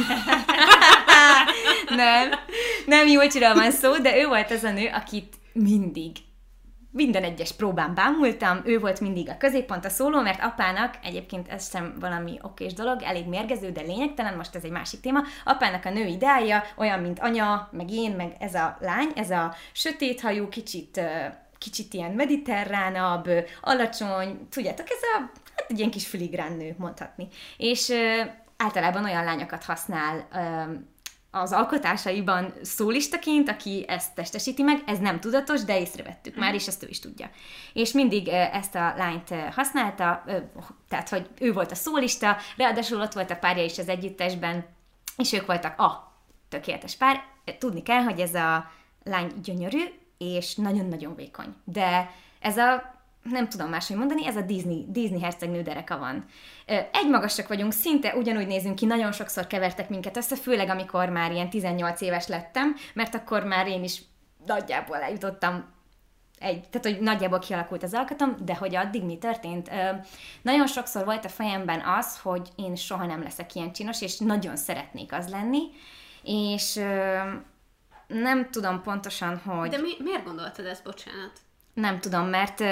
Nem Júlcsiról van szó, de ő volt az a nő, akit minden egyes próbán bámultam, ő volt mindig a középpont, a szóló, mert apának, egyébként ez sem valami okés dolog, elég mérgező, de lényegtelen, most ez egy másik téma, apának a nő ideája olyan, mint anya, meg én, meg ez a lány, ez a sötéthajú, kicsit ilyen mediterránabb, alacsony, tudjátok, ez egy ilyen kis filigrán nő, mondhatni. És általában olyan lányokat használ az alkotásaiban szólistaként, aki ezt testesíti meg, ez nem tudatos, de észrevettük már, és ezt ő is tudja. És mindig ezt a lányt használta, tehát, hogy ő volt a szólista, ráadásul ott volt a párja is az együttesben, és ők voltak a tökéletes pár. Tudni kell, hogy ez a lány gyönyörű, és nagyon-nagyon vékony. De ez nem tudom máshogy mondani, ez a Disney hercegnő dereka van. Egymagasak vagyunk, szinte ugyanúgy nézünk ki, nagyon sokszor kevertek minket össze, főleg amikor már ilyen 18 éves lettem, mert akkor már én is nagyjából eljutottam tehát, hogy nagyjából kialakult az alkatom, de hogy addig mi történt? Nagyon sokszor volt a fejemben az, hogy én soha nem leszek ilyen csinos, és nagyon szeretnék az lenni, és nem tudom pontosan, hogy... De miért gondoltad ezt, bocsánat? Nem tudom, mert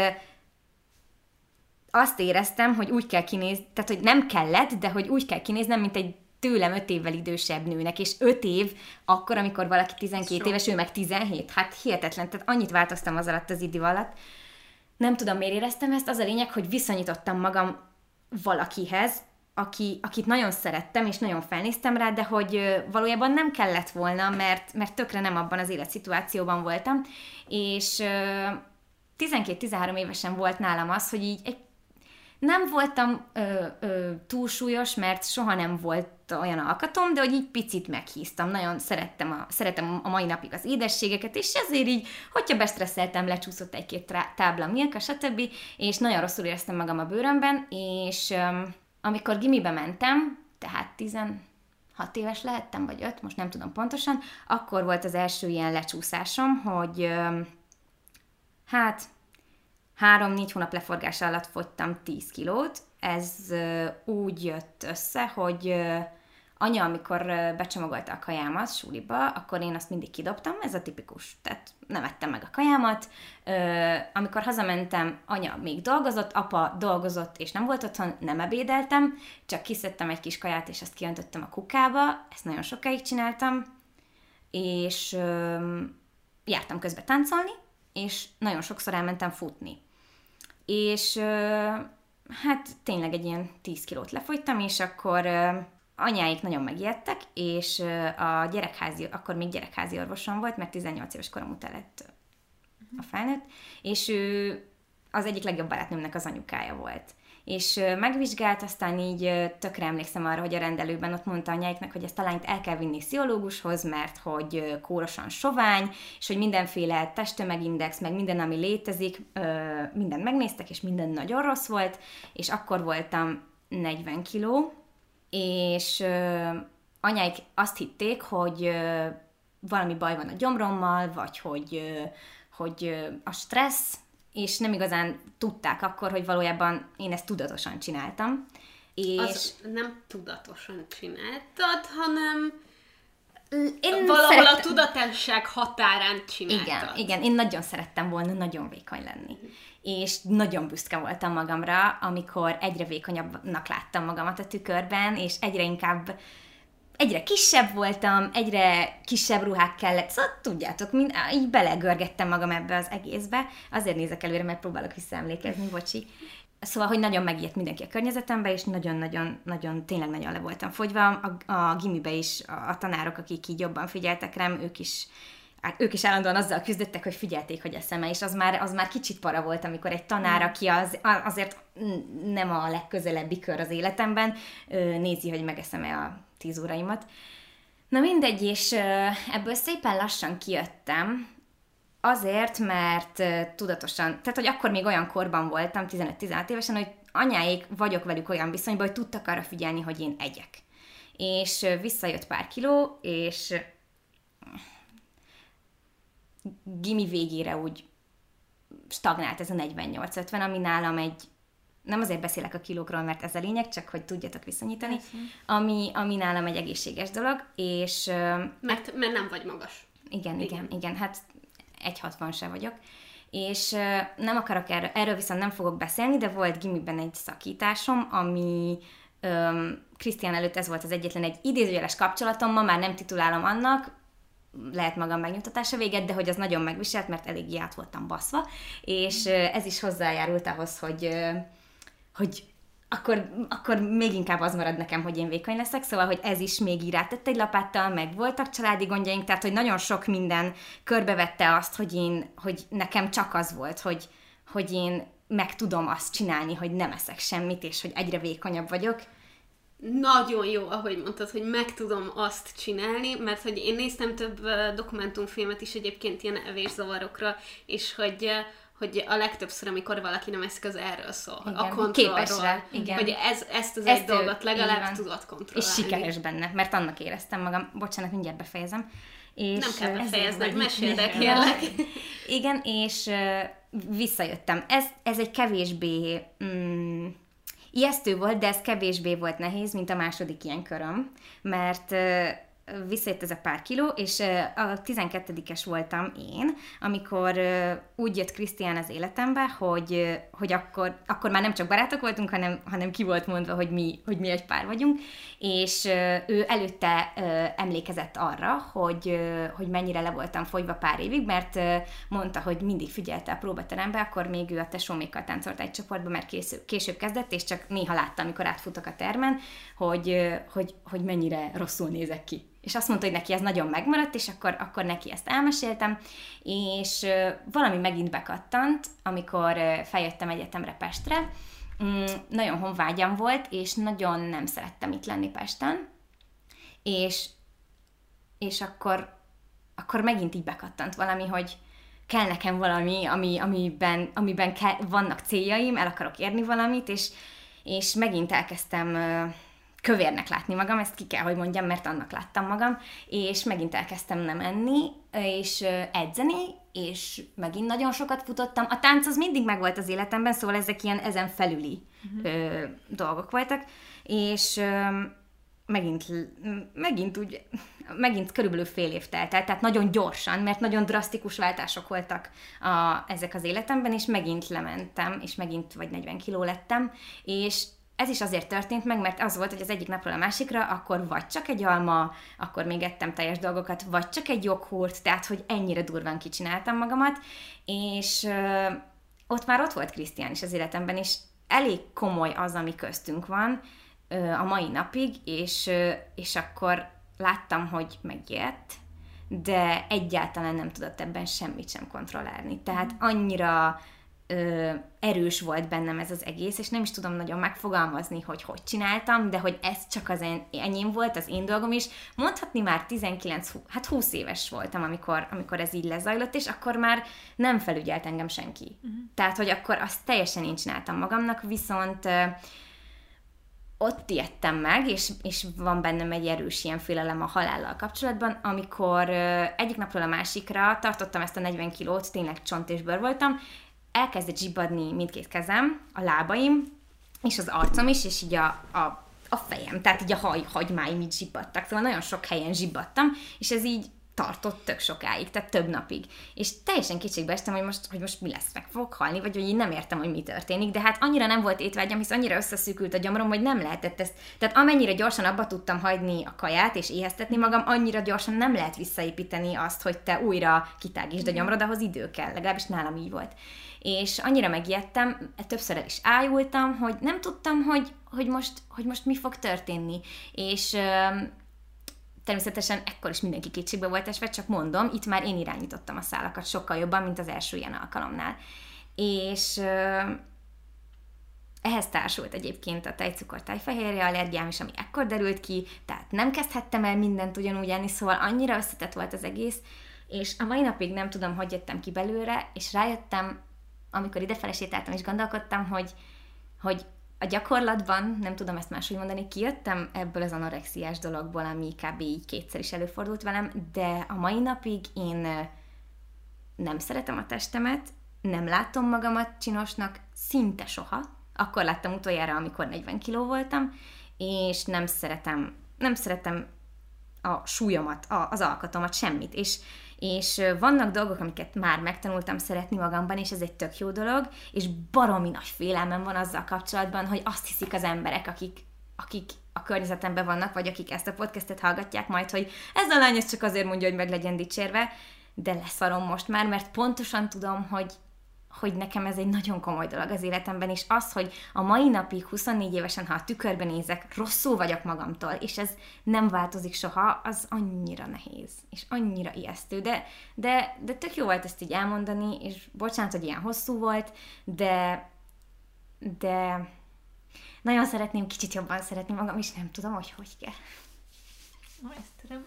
azt éreztem, hogy úgy kell kinézni, tehát hogy nem kellett, de hogy úgy kell kinéznem, mint egy tőlem 5 évvel idősebb nőnek, és 5 év akkor, amikor valaki 12 éves, ő meg 17. Hát hihetetlen, tehát annyit változtam az alatt az idő alatt. Nem tudom, miért éreztem ezt, az a lényeg, hogy viszonyítottam magam valakihez, akit nagyon szerettem, és nagyon felnéztem rá, de hogy valójában nem kellett volna, mert tökre nem abban az életszituációban voltam, és 12-13 évesen volt nálam az, hogy így nem voltam túlsúlyos, mert soha nem volt olyan alkatom, de hogy így picit meghíztam. Nagyon szeretem a mai napig az édességeket, és ezért így, hogyha bestresszeltem, lecsúszott egy-két tábla Milka, stb. És nagyon rosszul éreztem magam a bőrömben, és amikor gimibe mentem, tehát 16 éves lehettem, vagy 5, most nem tudom pontosan, akkor volt az első ilyen lecsúszásom, hogy 3-4 hónap leforgása alatt fogytam 10 kilót. Ez úgy jött össze, hogy anya, amikor becsomagolta a kajámat suliba, akkor én azt mindig kidobtam, ez a tipikus, tehát nem ettem meg a kajámat. Amikor hazamentem, anya még dolgozott, apa dolgozott, és nem volt otthon, nem ebédeltem, csak kiszedtem egy kis kaját, és azt kiöntöttem a kukába, ezt nagyon sokáig csináltam. és jártam közben táncolni, és nagyon sokszor elmentem futni. És hát tényleg egy ilyen 10 kilót lefogytam, és akkor anyáik nagyon megijedtek, és akkor még gyerekházi orvosom volt, mert 18 éves korom után lett a felnőtt, és ő az egyik legjobb barátnőmnek az anyukája volt. És megvizsgált, aztán így tökre emlékszem arra, hogy a rendelőben ott mondta anyáiknak, hogy ezt a lányt el kell vinni pszichológushoz, mert hogy kórosan sovány, és hogy mindenféle testtömegindex, meg minden, ami létezik, mindent megnéztek, és minden nagyon rossz volt, és akkor voltam 40 kiló, és anyáik azt hitték, hogy valami baj van a gyomrommal, vagy hogy a stressz, és nem igazán tudták akkor, hogy valójában én ezt tudatosan csináltam. És az nem tudatosan csináltad, hanem én valahol a tudatosság határán csináltad. Igen, én nagyon szerettem volna nagyon vékony lenni. És nagyon büszke voltam magamra, amikor egyre vékonyabbnak láttam magamat a tükörben, és egyre kisebb voltam, egyre kisebb ruhák kellett, szóval tudjátok, így belegörgettem magam ebbe az egészbe, azért nézek előre, mert próbálok visszaemlékezni, bocsi. Szóval, hogy nagyon megijedt mindenki a környezetembe, és nagyon, tényleg nagyon le voltam fogyva. A gimibe is a tanárok, akik így jobban figyeltek rám, ők is állandóan azzal küzdöttek, hogy figyelték, hogy eszem-e, és az már kicsit para volt, amikor egy tanár, aki azért nem a legközelebbi kör az életemben, nézi, hogy megeszem-e a 10 óraimat. Na mindegy, és ebből szépen lassan kijöttem, azért, mert tudatosan, tehát hogy akkor még olyan korban voltam, 15-16 évesen, hogy anyáik vagyok velük olyan viszonyban, hogy tudtak arra figyelni, hogy én egyek. És visszajött pár kiló, és gimi végére úgy stagnált ez a 48-50, ami nálam nem azért beszélek a kilókról, mert ez a lényeg, csak hogy tudjatok viszonyítani, ami nálam egy egészséges dolog, és... Mert nem vagy magas. Igen, hát 1,60 se vagyok. És nem akarok erről viszont nem fogok beszélni, de volt gimiben egy szakításom, ami Krisztián előtt ez volt az egyetlen egy idézőjeles kapcsolatom, ma már nem titulálom annak, lehet magam megnyugtatása véget, de hogy az nagyon megviselt, mert eléggé át voltam baszva, és ez is hozzájárult ahhoz, hogy akkor még inkább az marad nekem, hogy én vékony leszek, szóval, hogy ez is még így rátett egy lapáttal, meg voltak családi gondjaink, tehát, hogy nagyon sok minden körbevette azt, hogy nekem csak az volt, hogy én meg tudom azt csinálni, hogy nem eszek semmit, és hogy egyre vékonyabb vagyok. Nagyon jó, ahogy mondtad, hogy meg tudom azt csinálni, mert hogy én néztem több dokumentumfilmet is egyébként ilyen evészavarokra, és hogy a legtöbbször, amikor valaki nem eszik, az erről szól. Igen, a kontrollról. Hogy ezt az egy dolgot legalább tudod kontrollálni. És sikeres benne, mert annak éreztem magam. Bocsánat, mindjárt befejezem. És nem kell befejezned, meséld el, kérlek. Igen, és visszajöttem. Ez egy kevésbé... ijesztő volt, de ez kevésbé volt nehéz, mint a második ilyen köröm, mert visszajött ez a pár kiló, és a 12-es voltam én, amikor úgy jött Krisztián az életembe, hogy akkor már nem csak barátok voltunk, hanem ki volt mondva, hogy mi egy pár vagyunk, és ő előtte emlékezett arra, hogy mennyire le voltam fogyva pár évig, mert mondta, hogy mindig figyelte a próbaterembe, akkor még ő a tesómékkal táncolt egy csoportba, mert később kezdett, és csak néha látta, amikor átfutok a termen, hogy mennyire rosszul nézek ki. És azt mondta, hogy neki ez nagyon megmaradt, és akkor neki ezt elmeséltem, és valami megint bekattant, amikor feljöttem egyetemre Pestre. Nagyon honvágyam volt, és nagyon nem szerettem itt lenni Pesten, és akkor megint így bekattant valami, hogy kell nekem valami, amiben vannak céljaim, el akarok érni valamit, és megint elkezdtem kövérnek látni magam, ezt ki kell, hogy mondjam, mert annak láttam magam, és megint elkezdtem nem enni, és edzeni, és megint nagyon sokat futottam. A tánc az mindig megvolt az életemben, szóval ezek ilyen ezen felüli dolgok voltak, és megint körülbelül fél év telt el, tehát nagyon gyorsan, mert nagyon drasztikus váltások voltak ezek az életemben, és megint lementem, és megint vagy 40 kiló lettem, és ez is azért történt meg, mert az volt, hogy az egyik napról a másikra, akkor vagy csak egy alma, akkor még ettem teljes dolgokat, vagy csak egy joghurt, tehát, hogy ennyire durván kicsináltam magamat, és ott volt Krisztián is az életemben, és elég komoly az, ami köztünk van a mai napig, és akkor láttam, hogy megijedt, de egyáltalán nem tudott ebben semmit sem kontrollálni. Tehát annyira erős volt bennem ez az egész, és nem is tudom nagyon megfogalmazni, hogy csináltam, de hogy ez csak az enyém volt, az én dolgom is. Mondhatni már 20 éves voltam, amikor ez így lezajlott, és akkor már nem felügyelt engem senki. Tehát, hogy akkor azt teljesen én csináltam magamnak, viszont ott ijedtem meg, és van bennem egy erős ilyen félelem a halállal kapcsolatban, amikor egyik napról a másikra tartottam ezt a 40 kilót, tényleg csont és bőr voltam, elkezdett zsibbadni mindkét kezem, a lábaim, és az arcom is, és így a fejem, tehát így a hagymáim így zsibbadtak, szóval nagyon sok helyen zsibbadtam, és ez így tartott tök sokáig, tehát több napig. És teljesen kétségbe estem, hogy most mi lesz, meg fogok halni, vagy hogy én nem értem, hogy mi történik, de hát annyira nem volt étvágyam, hisz annyira összeszűkült a gyomrom, hogy nem lehetett ezt. Tehát amennyire gyorsan abba tudtam hagyni a kaját, és éheztetni magam, annyira gyorsan nem lehet visszaépíteni azt, hogy te újra kitágítsd a gyomrod, ahhoz idő kell, legalábbis nálam így volt. És annyira megijedtem, többször el is ájultam, hogy nem tudtam, hogy most mi fog történni. És természetesen ekkor is mindenki kétségbe volt esve, csak mondom, itt már én irányítottam a szálakat sokkal jobban, mint az első ilyen alkalomnál. És ehhez társult egyébként a tejcukor, tejfehérje allergiám is, ami ekkor derült ki, tehát nem kezdhettem el mindent ugyanúgy enni, szóval annyira összetett volt az egész, és a mai napig nem tudom, hogy jöttem ki belőle, és rájöttem, amikor idefele sétáltam, és gondolkodtam, hogy a gyakorlatban, nem tudom ezt máshogy mondani, kijöttem ebből az anorexiás dologból, ami kb. Így kétszer is előfordult velem, de a mai napig én nem szeretem a testemet, nem látom magamat csinosnak szinte soha. Akkor láttam utoljára, amikor 40 kiló voltam, és nem szeretem a súlyomat, az alkatomat, semmit. És vannak dolgok, amiket már megtanultam szeretni magamban, és ez egy tök jó dolog, és baromi nagy félelmem van azzal kapcsolatban, hogy azt hiszik az emberek, akik a környezetemben vannak, vagy akik ezt a podcastet hallgatják majd, hogy ez a lány ezt csak azért mondja, hogy meg legyen dicsérve, de leszarom most már, mert pontosan tudom, hogy nekem ez egy nagyon komoly dolog az életemben, és az, hogy a mai napig 24 évesen, ha a tükörben nézek, rosszul vagyok magamtól, és ez nem változik soha, az annyira nehéz, és annyira ijesztő, de tök jó volt ezt így elmondani, és bocsánat, hogy ilyen hosszú volt, de nagyon szeretném kicsit jobban szeretni magam, és nem tudom, hogy kell. Ezt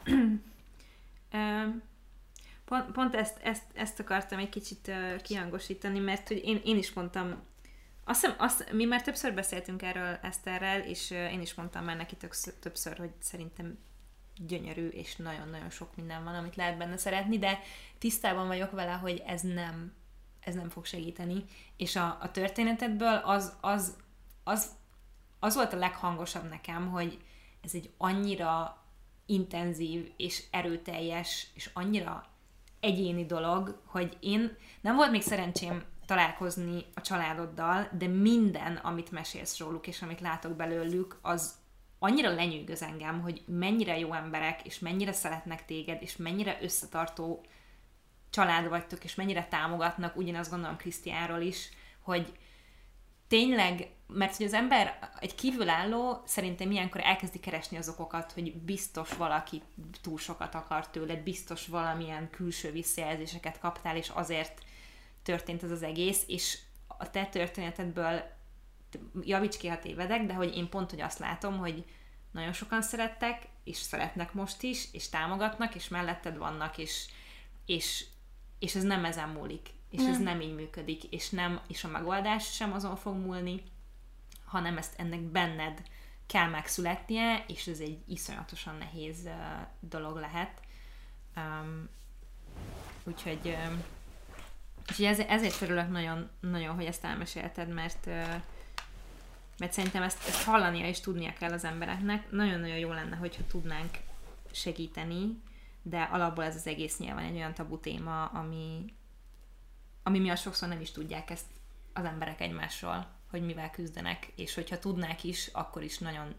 tudom. Pont ezt akartam egy kicsit kihangosítani, mert hogy én is mondtam, mi már többször beszéltünk erről Eszterrel, és én is mondtam már neki többször, hogy szerintem gyönyörű, és nagyon-nagyon sok minden van, amit lehet benne szeretni, de tisztában vagyok vele, hogy ez nem fog segíteni, és a történetedből az volt a leghangosabb nekem, hogy ez egy annyira intenzív, és erőteljes, és annyira egyéni dolog, hogy nem volt még szerencsém találkozni a családoddal, de minden, amit mesélsz róluk, és amit látok belőlük, az annyira lenyűgöz engem, hogy mennyire jó emberek, és mennyire szeretnek téged, és mennyire összetartó család vagytok, és mennyire támogatnak, ugyanazt gondolom Krisztiánról is, hogy tényleg, mert hogy az ember, egy kívülálló szerintem ilyenkor elkezdi keresni az okokat, hogy biztos valaki túl sokat akar tőled, biztos valamilyen külső visszajelzéseket kaptál, és azért történt ez az egész, és a te történetedből, javíts ki, ha tévedek, de hogy én pont, hogy azt látom, hogy nagyon sokan szerettek, és szeretnek most is, és támogatnak, és melletted vannak, és ez nem ezen múlik. És ez nem így működik, és a megoldás sem azon fog múlni, hanem ennek benned kell megszületnie, és ez egy iszonyatosan nehéz dolog lehet. Úgyhogy ezért örülök nagyon, nagyon, hogy ezt elmesélted, mert szerintem ezt hallania és tudnia kell az embereknek. Nagyon-nagyon jó lenne, hogyha tudnánk segíteni, de alapból ez az egész nyilván egy olyan tabu téma, ami miatt sokszor nem is tudják ezt az emberek egymásról, hogy mivel küzdenek, és hogyha tudnák is, akkor is nagyon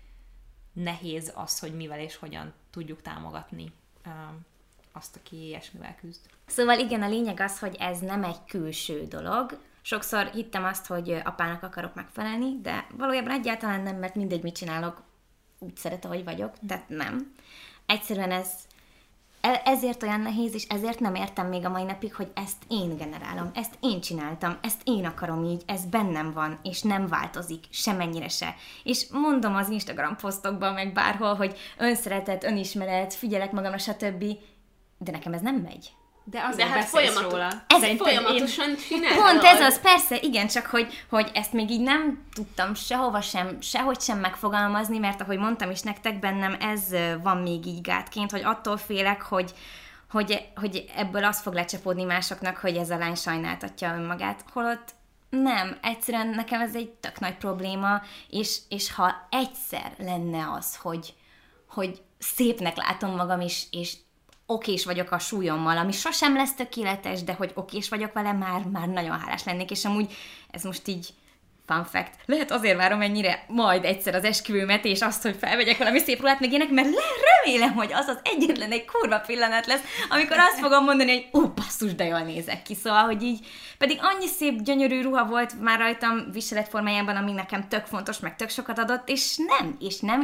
nehéz az, hogy mivel és hogyan tudjuk támogatni azt, aki ilyesmivel küzd. Szóval igen, a lényeg az, hogy ez nem egy külső dolog. Sokszor hittem azt, hogy apának akarok megfelelni, de valójában egyáltalán nem, mert mindegy, mit csinálok, úgy szeret, ahogy vagyok, tehát nem. Egyszerűen ezért olyan nehéz, és ezért nem értem még a mai napig, hogy ezt én generálom, ezt én csináltam, ezt én akarom így, ez bennem van, és nem változik, semennyire se. És mondom az Instagram posztokban, meg bárhol, hogy önszeretet, önismeret, figyelek magamra, stb., de nekem ez nem megy. De azért hát beszélsz róla. Ez folyamatosan csinálod. Pont ez az, persze, igen, csak hogy ezt még így nem tudtam sehova sem, sehogy sem megfogalmazni, mert ahogy mondtam is nektek, bennem ez van még így gátként, hogy attól félek, hogy ebből az fog lecsapódni másoknak, hogy ez a lány sajnáltatja önmagát, holott nem, egyszerűen nekem ez egy tök nagy probléma, és ha egyszer lenne az, hogy szépnek látom magam is, és okés vagyok a súlyommal, ami sosem lesz tökéletes, de hogy okés vagyok vele, már nagyon hálás lennék, és amúgy ez most így fun fact. Lehet azért várom ennyire majd egyszer az esküvőmet, és azt, hogy felvegyek valami szép ruhát meg ének, mert remélem, hogy az egyetlen egy kurva pillanat lesz, amikor azt fogom mondani, hogy basszus, de jól nézek ki. Szóval, hogy így, pedig annyi szép, gyönyörű ruha volt már rajtam viseletformájában, ami nekem tök fontos, meg tök sokat adott, és nem.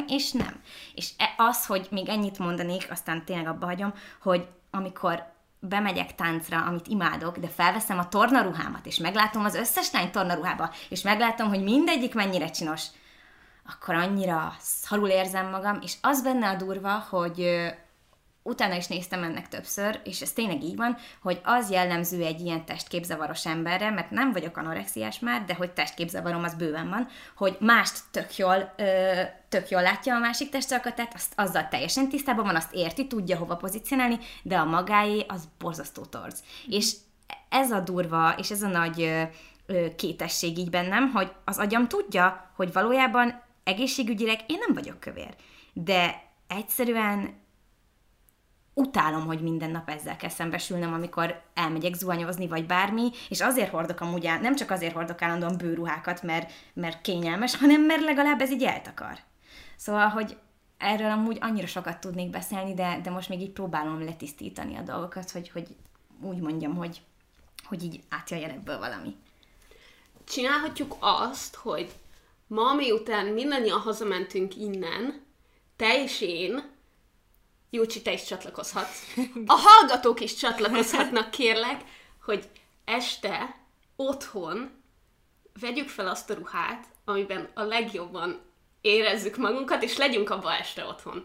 És az, hogy még ennyit mondanék, aztán tényleg abba hagyom, hogy amikor bemegyek táncra, amit imádok, de felveszem a tornaruhámat, és meglátom az összes lány tornaruhába, és meglátom, hogy mindegyik mennyire csinos, akkor annyira szarul érzem magam, és az benne a durva, hogy utána is néztem ennek többször, és ez tényleg így van, hogy az jellemző egy ilyen testképzavaros emberre, mert nem vagyok anorexiás már, de hogy testképzavarom az bőven van, hogy mást tök jól látja a másik testalkatát, azzal teljesen tisztában van, azt érti, tudja hova pozícionálni, de a magáé az borzasztó torz. És ez a durva, és ez a nagy kétesség így bennem, hogy az agyam tudja, hogy valójában egészségügyileg én nem vagyok kövér, de egyszerűen utálom, hogy minden nap ezzel kell szembesülnöm, amikor elmegyek zuhanyozni, vagy bármi, és azért hordok amúgy, nem csak azért hordok állandóan bőruhákat, mert kényelmes, hanem mert legalább ez így eltakar. Szóval, hogy erről amúgy annyira sokat tudnék beszélni, de most még így próbálom letisztítani a dolgokat, hogy úgy mondjam, hogy így átjöjjön ebből valami. Csinálhatjuk azt, hogy ma, miután mindannyian hazamentünk innen, te és én, Júcsi, te is csatlakozhatsz. A hallgatók is csatlakozhatnak, kérlek, hogy este otthon vegyük fel azt a ruhát, amiben a legjobban érezzük magunkat, és legyünk abba este otthon.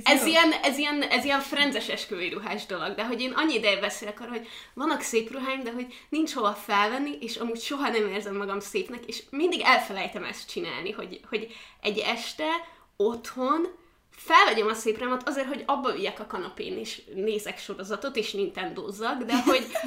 Ez ilyen frenzes esküvői ruhás dolog, de hogy én annyi ideje beszélek arra, hogy vannak szép ruháim, de hogy nincs hova felvenni, és amúgy soha nem érzem magam szépnek, és mindig elfelejtem ezt csinálni, hogy egy este otthon felvegyem a szép ruhámat azért, hogy abba üljek a kanapén, és nézek sorozatot, és nintendozzak, de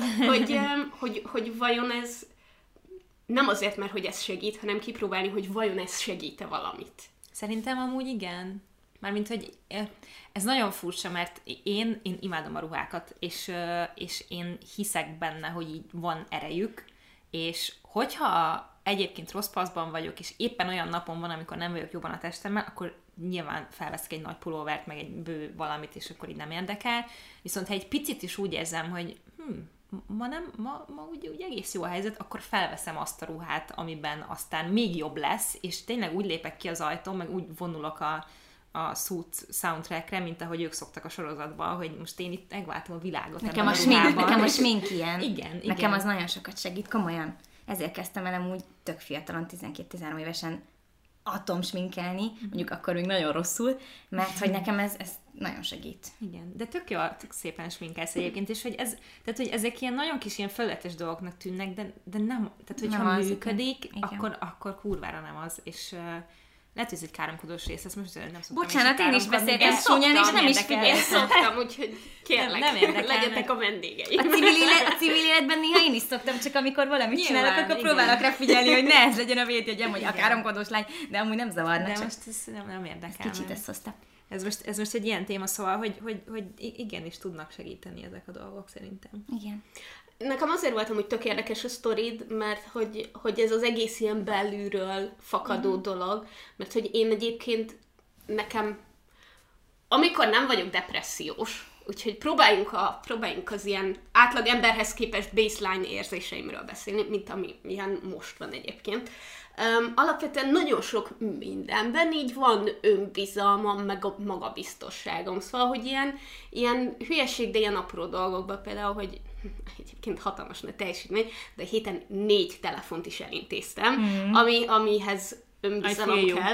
hogy vajon ez nem azért, mert hogy ez segít, hanem kipróbálni, hogy vajon ez segít-e valamit. Szerintem amúgy igen. Mármint, hogy ez nagyon furcsa, mert én imádom a ruhákat, és én hiszek benne, hogy így van erejük, és hogyha egyébként rossz paszban vagyok, és éppen olyan napon van, amikor nem vagyok jobban a testemmel, akkor nyilván felveszek egy nagy pulóvert, meg egy bő valamit, és akkor így nem érdekel. Viszont ha egy picit is úgy érzem, hogy ma úgy egész jó a helyzet, akkor felveszem azt a ruhát, amiben aztán még jobb lesz, és tényleg úgy lépek ki az ajtón, meg úgy vonulok a Suits soundtrackre, mint ahogy ők szoktak a sorozatban, hogy most én itt megváltom a világot. Nekem a smink ilyen. Igen. Nekem az nagyon sokat segít, komolyan. Ezért kezdtem el amúgy tök fiatalon, 12-13 évesen atomsminkelni, mondjuk akkor még nagyon rosszul, mert hogy nekem ez nagyon segít. Igen, de tök jó, tök szépen sminkelsz egyébként, és hogy tehát, hogy ezek ilyen nagyon kis ilyen fölöttes dolgoknak tűnnek, de nem, tehát hogyha nem működik, akkor kurvára nem az, és lehet, hogy ez egy káromkodós rész, ezt most nem szoktam. Bocsánat, én is beszéltem csúnyán, és nem is figyeltem. Én szoktam, úgyhogy kérlek, nem legyetek a vendégei. A civil életben néha én is szoktam, csak amikor valamit csinálok, akkor próbálok rá figyelni, hogy ne ez legyen a védjegyem, hogy a káromkodós lány, de amúgy nem zavarna. De most ez nem érdekel. Kicsit ezt hoztam. Ez most egy ilyen téma, szóval, hogy igenis tudnak segíteni ezek a dolgok szerintem. Igen. Nekem azért voltam, hogy tök érdekes a sztorid, mert hogy ez az egész ilyen belülről fakadó dolog, mert hogy én egyébként nekem, amikor nem vagyok depressziós, úgyhogy próbáljunk az ilyen átlag emberhez képest baseline érzéseimről beszélni, mint ami ilyen most van egyébként. Alapvetően nagyon sok mindenben így van önbizalmam, meg a magabiztosságom. Szóval, hogy ilyen hülyeség, de ilyen apró dolgokban például, hogy egyébként hatalmas nagy teljesítmény, de héten 4 telefont is elintéztem, amihez önbizalom kell.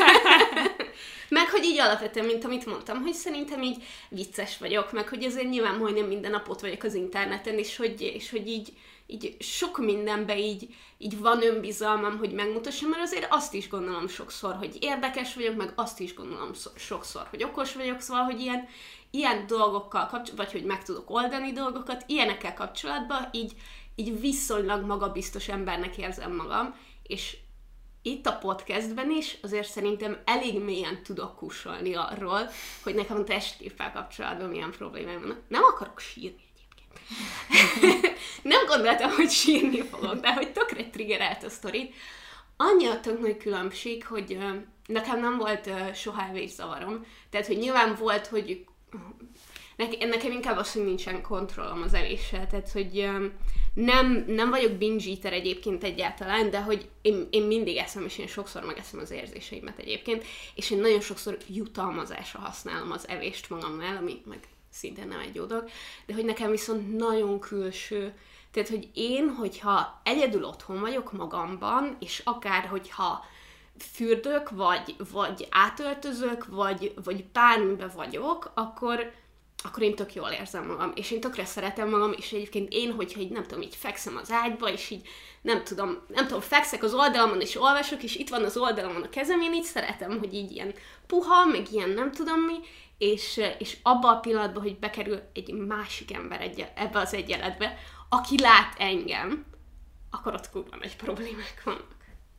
Meg, hogy így alapvetően, mint amit mondtam, hogy szerintem így vicces vagyok, meg hogy azért nyilván majdnem minden nap ott vagyok az interneten, és hogy így sok mindenben így van önbizalmam, hogy megmutassam, mert azért azt is gondolom sokszor, hogy érdekes vagyok, meg azt is gondolom sokszor, hogy okos vagyok, szóval, hogy ilyen dolgokkal kapcsolatban, vagy hogy meg tudok oldani dolgokat, ilyenekkel kapcsolatban így viszonylag magabiztos embernek érzem magam, és itt a podcastben is azért szerintem elég mélyen tudok kussolni arról, hogy nekem a testképpel kapcsolatban milyen problémáim vannak. Nem akarok sírni egyébként. Nem gondoltam, hogy sírni fogok, de hogy tökre triggerelt a sztorit. Annyi a tök nagy különbség, hogy nekem nem volt soha evészavarom. Tehát, hogy nyilván volt, hogy nekem inkább az, hogy nincsen kontrollom az evéssel. Tehát, hogy nem vagyok binge eater egyébként egyáltalán, de hogy én mindig eszem, és én sokszor megeszem az érzéseimet egyébként, és én nagyon sokszor jutalmazásra használom az evést magamnál, ami meg szintén nem egy jó dolog, de hogy nekem viszont nagyon külső. Tehát, hogy én, hogyha egyedül otthon vagyok magamban, és akár, hogyha fürdök, vagy átöltözök, vagy bármibe vagyok, akkor én tök jól érzem magam, és én tökre szeretem magam, és egyébként én, hogyha így, nem tudom, így fekszem az ágyba, és így, nem tudom, fekszek az oldalamon, és olvasok, és itt van az oldalamon a kezem, én így szeretem, hogy így ilyen puha, meg ilyen nem tudom mi, és abban a pillanatban, hogy bekerül egy másik ember ebbe az egyenletbe, aki lát engem, akkor ott kurva nagy problémák vannak.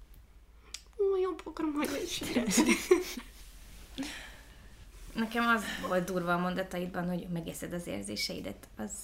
Jobb akarom hagyni is. Nekem az volt durva a mondataidban, hogy megérzed az érzéseidet.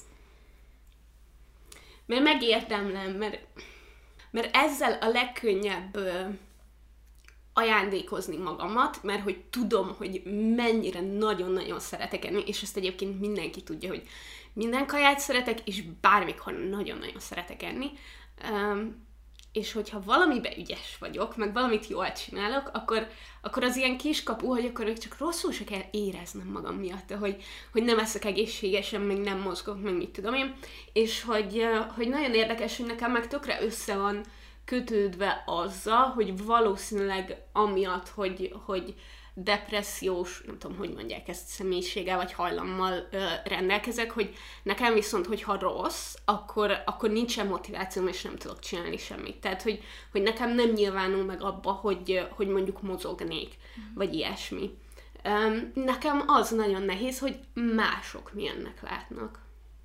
Mert megérdemlem, mert ezzel a legkönnyebb ajándékozni magamat, mert hogy tudom, hogy mennyire nagyon-nagyon szeretek enni, és ezt egyébként mindenki tudja, hogy minden kaját szeretek, és bármikor nagyon-nagyon szeretek enni. És hogyha valamibe ügyes vagyok, meg valamit jól csinálok, akkor az ilyen kiskapu, hogy akkor csak rosszul se kell éreznem magam miatt, hogy nem eszek egészségesen, meg nem mozgok, meg mit tudom én. És hogy nagyon érdekes, hogy nekem meg tökre össze van kötődve azzal, hogy valószínűleg amiatt, hogy depressziós, nem tudom, hogy mondják ezt, személyiséggel vagy hajlammal rendelkezek, hogy nekem viszont, hogyha rossz, akkor nincsen motivációm, és nem tudok csinálni semmit. Tehát, hogy nekem nem nyilvánul meg abba, hogy mondjuk mozognék, vagy ilyesmi. Nekem az nagyon nehéz, hogy mások milyennek látnak.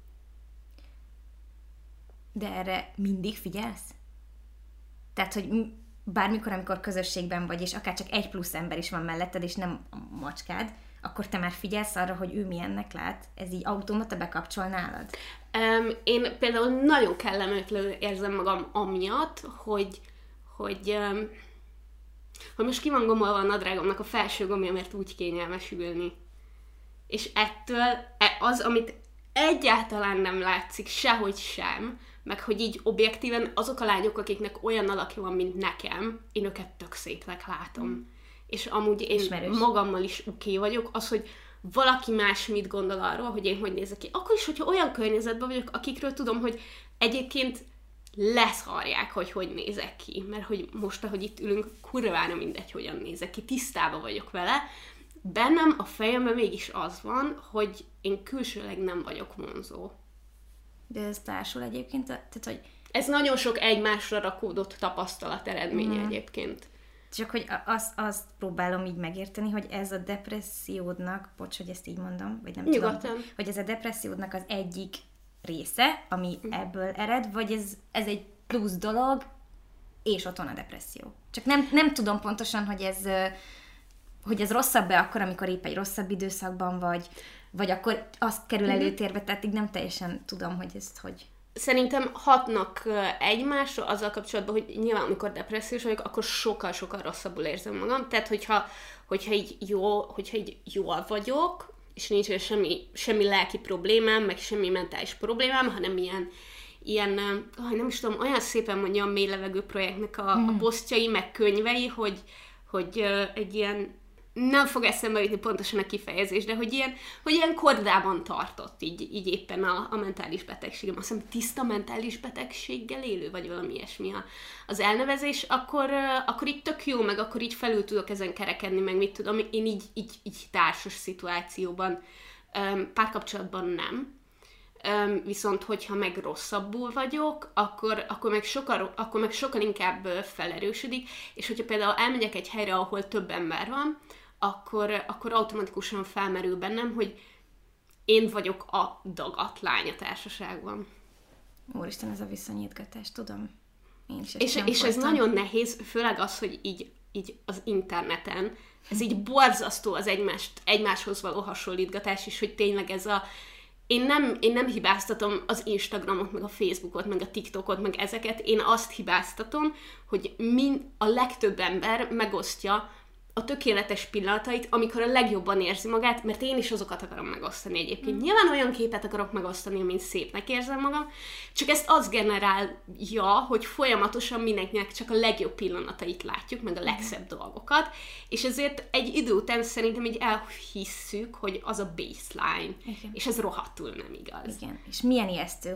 De erre mindig figyelsz? Tehát, hogy bármikor, amikor közösségben vagy, és akár csak egy plusz ember is van melletted, és nem a macskád, akkor te már figyelsz arra, hogy ő milyennek lát? Ez így automata bekapcsol nálad? Én például nagyon kellemetlenül érzem magam amiatt, hogy most ki van gomolva a nadrágomnak a felső gomja, mert úgy kényelmes ülni. És ettől az, amit egyáltalán nem látszik, sehogy sem, meg hogy így objektíven azok a lányok, akiknek olyan alakja van, mint nekem, én őket tök szépnek látom. És amúgy én Ismerős. magammal is oké vagyok, az, hogy valaki más mit gondol arról, hogy én hogy nézek ki. Akkor is, hogyha olyan környezetben vagyok, akikről tudom, hogy egyébként leszarják, hogy nézek ki. Mert hogy most, ahogy itt ülünk, kurvára mindegy, hogyan nézek ki, tisztában vagyok vele. Bennem a fejemben mégis az van, hogy én külsőleg nem vagyok vonzó. De ez társul egyébként, tehát, hogy... Ez nagyon sok egymásra rakódott tapasztalat eredménye egyébként. Csak hogy azt próbálom így megérteni, hogy ez a depressziódnak, bocs, hogy ezt így mondom, vagy nem Nyugodtan. tudom, hogy ez a depressziódnak az egyik része, ami ebből ered, vagy ez egy plusz dolog, és ott van a depresszió. Csak nem tudom pontosan, hogy ez rosszabb-e akkor, amikor épp egy rosszabb időszakban vagy akkor azt kerül előtérbe, tehát így nem teljesen tudom, hogy ezt hogy... szerintem hatnak egymásra azzal kapcsolatban, hogy nyilván amikor depressziós vagyok, akkor sokkal-sokkal rosszabbul érzem magam. Tehát, hogyha így jól vagyok, és nincs semmi lelki problémám, meg semmi mentális problémám, hanem ilyen nem is tudom, olyan szépen mondja a Mély Levegő projektnek a posztjai, meg könyvei, hogy egy ilyen, nem fog eszembe jutni pontosan a kifejezés, de hogy ilyen kordában tartott így éppen a mentális betegségem. Azt hiszem tiszta mentális betegséggel élő, vagy valami ilyesmi az elnevezés, akkor így tök jó, meg akkor így felül tudok ezen kerekedni, meg mit tudom, én így társas szituációban, párkapcsolatban nem. Viszont hogyha meg rosszabbul vagyok, akkor meg sokkal inkább felerősödik, és hogyha például elmegyek egy helyre, ahol több ember van, akkor automatikusan felmerül bennem, hogy én vagyok a dagat lány a társaságban. Úristen, ez a viszonyítgatás, tudom. Én is és ez nagyon nehéz, főleg az, hogy így az interneten, ez így borzasztó az egymáshoz való hasonlítgatás, és hogy tényleg ez én nem hibáztatom az Instagramot, meg a Facebookot, meg a TikTokot, meg ezeket, én azt hibáztatom, hogy a legtöbb ember megosztja a tökéletes pillanatait, amikor a legjobban érzi magát, mert én is azokat akarom megosztani egyébként. Nyilván olyan képet akarok megosztani, amin szépnek érzem magam, csak ezt az generálja, hogy folyamatosan mindenkinek csak a legjobb pillanatait látjuk, meg a legszebb dolgokat, és ezért egy idő után szerintem így elhisszük, hogy az a baseline, és ez rohadtul nem igaz. Igen, és milyen ijesztő,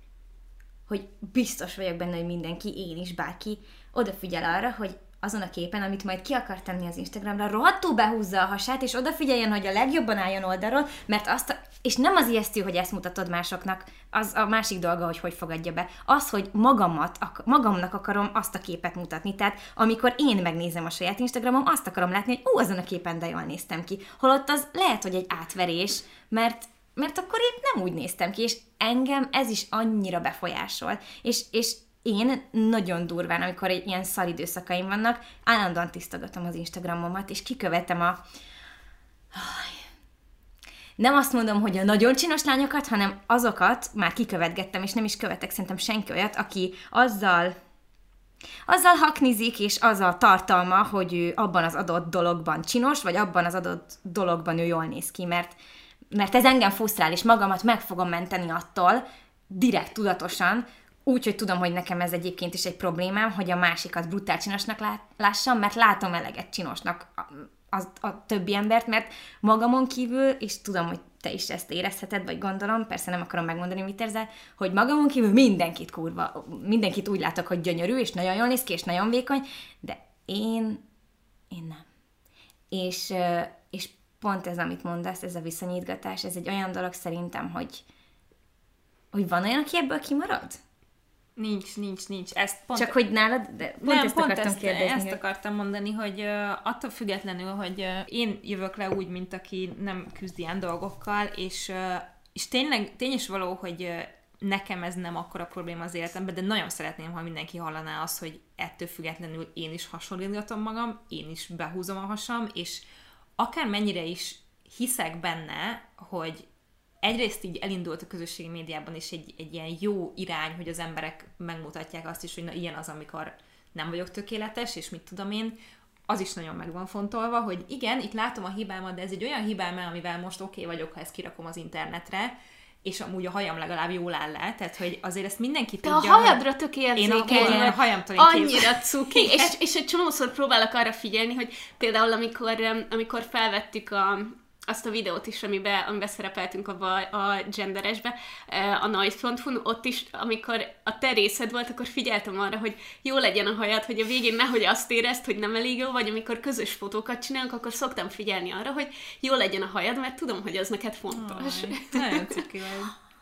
hogy biztos vagyok benne, hogy mindenki, én is, bárki odafigyel arra, hogy azon a képen, amit majd ki akar tenni az Instagramra, rohadtul behúzza a hasát, és odafigyeljen, hogy a legjobban álljon oldalról, mert és nem az ijesztő, hogy ezt mutatod másoknak, az a másik dolga, hogy fogadja be. Az, hogy magamnak akarom azt a képet mutatni. Tehát amikor én megnézem a saját Instagramom, azt akarom látni, hogy azon a képen de jól néztem ki. Holott az lehet, hogy egy átverés, mert akkor épp nem úgy néztem ki, és engem ez is annyira befolyásol. És én nagyon durván, amikor ilyen szar időszakaim vannak, állandóan tisztogatom az Instagramomat, és kikövetem nem azt mondom, hogy a nagyon csinos lányokat, hanem azokat már kikövetgettem, és nem is követek szerintem senki olyat, aki azzal haknizik, és az a tartalma, hogy ő abban az adott dologban csinos, vagy abban az adott dologban ő jól néz ki, mert ez engem frusztrál, és magamat meg fogom menteni attól, direkt tudatosan, úgy, hogy tudom, hogy nekem ez egyébként is egy problémám, hogy a másikat brutál csinosnak lássam, mert látom eleget csinosnak a többi embert, mert magamon kívül, és tudom, hogy te is ezt érezheted, vagy gondolom, persze nem akarom megmondani, mit érzel, hogy magamon kívül mindenkit úgy látok, hogy gyönyörű, és nagyon jól néz ki, és nagyon vékony, de én nem. És pont ez, amit mondasz, ez a viszonyítgatás, ez egy olyan dolog szerintem, hogy van olyan, aki ebből kimarad? Nincs. Ezt pont... Csak hogy nálad, de ezt akartam mondani, hogy attól függetlenül, hogy én jövök le úgy, mint aki nem küzd ilyen dolgokkal, és tény is való, hogy nekem ez nem akkora probléma az életemben, de nagyon szeretném, ha mindenki hallaná azt, hogy ettől függetlenül én is hasonlítgatom magam, én is behúzom a hasam, és akármennyire is hiszek benne, hogy egyrészt így elindult a közösségi médiában is egy ilyen jó irány, hogy az emberek megmutatják azt is, hogy na ilyen az, amikor nem vagyok tökéletes, és mit tudom én, az is nagyon meg van fontolva, hogy igen, itt látom a hibámat, de ez egy olyan hibám, amivel most oké vagyok, ha ezt kirakom az internetre, és amúgy a hajam legalább jól áll le, tehát hogy azért ezt mindenki tudja. De a hajadra tök érzékeny. Én a hajamtól annyira cuki, és egy csomószor próbálok arra figyelni, hogy például amikor felvettük azt a videót is, amiben szerepeltünk a genderesbe, a Noise.hu, ott is, amikor a te részed volt, akkor figyeltem arra, hogy jó legyen a hajad, hogy a végén nehogy azt érezd, hogy nem elég jó, vagy amikor közös fotókat csinálunk, akkor szoktam figyelni arra, hogy jó legyen a hajad, mert tudom, hogy az neked fontos. Nagyon cuki vagy.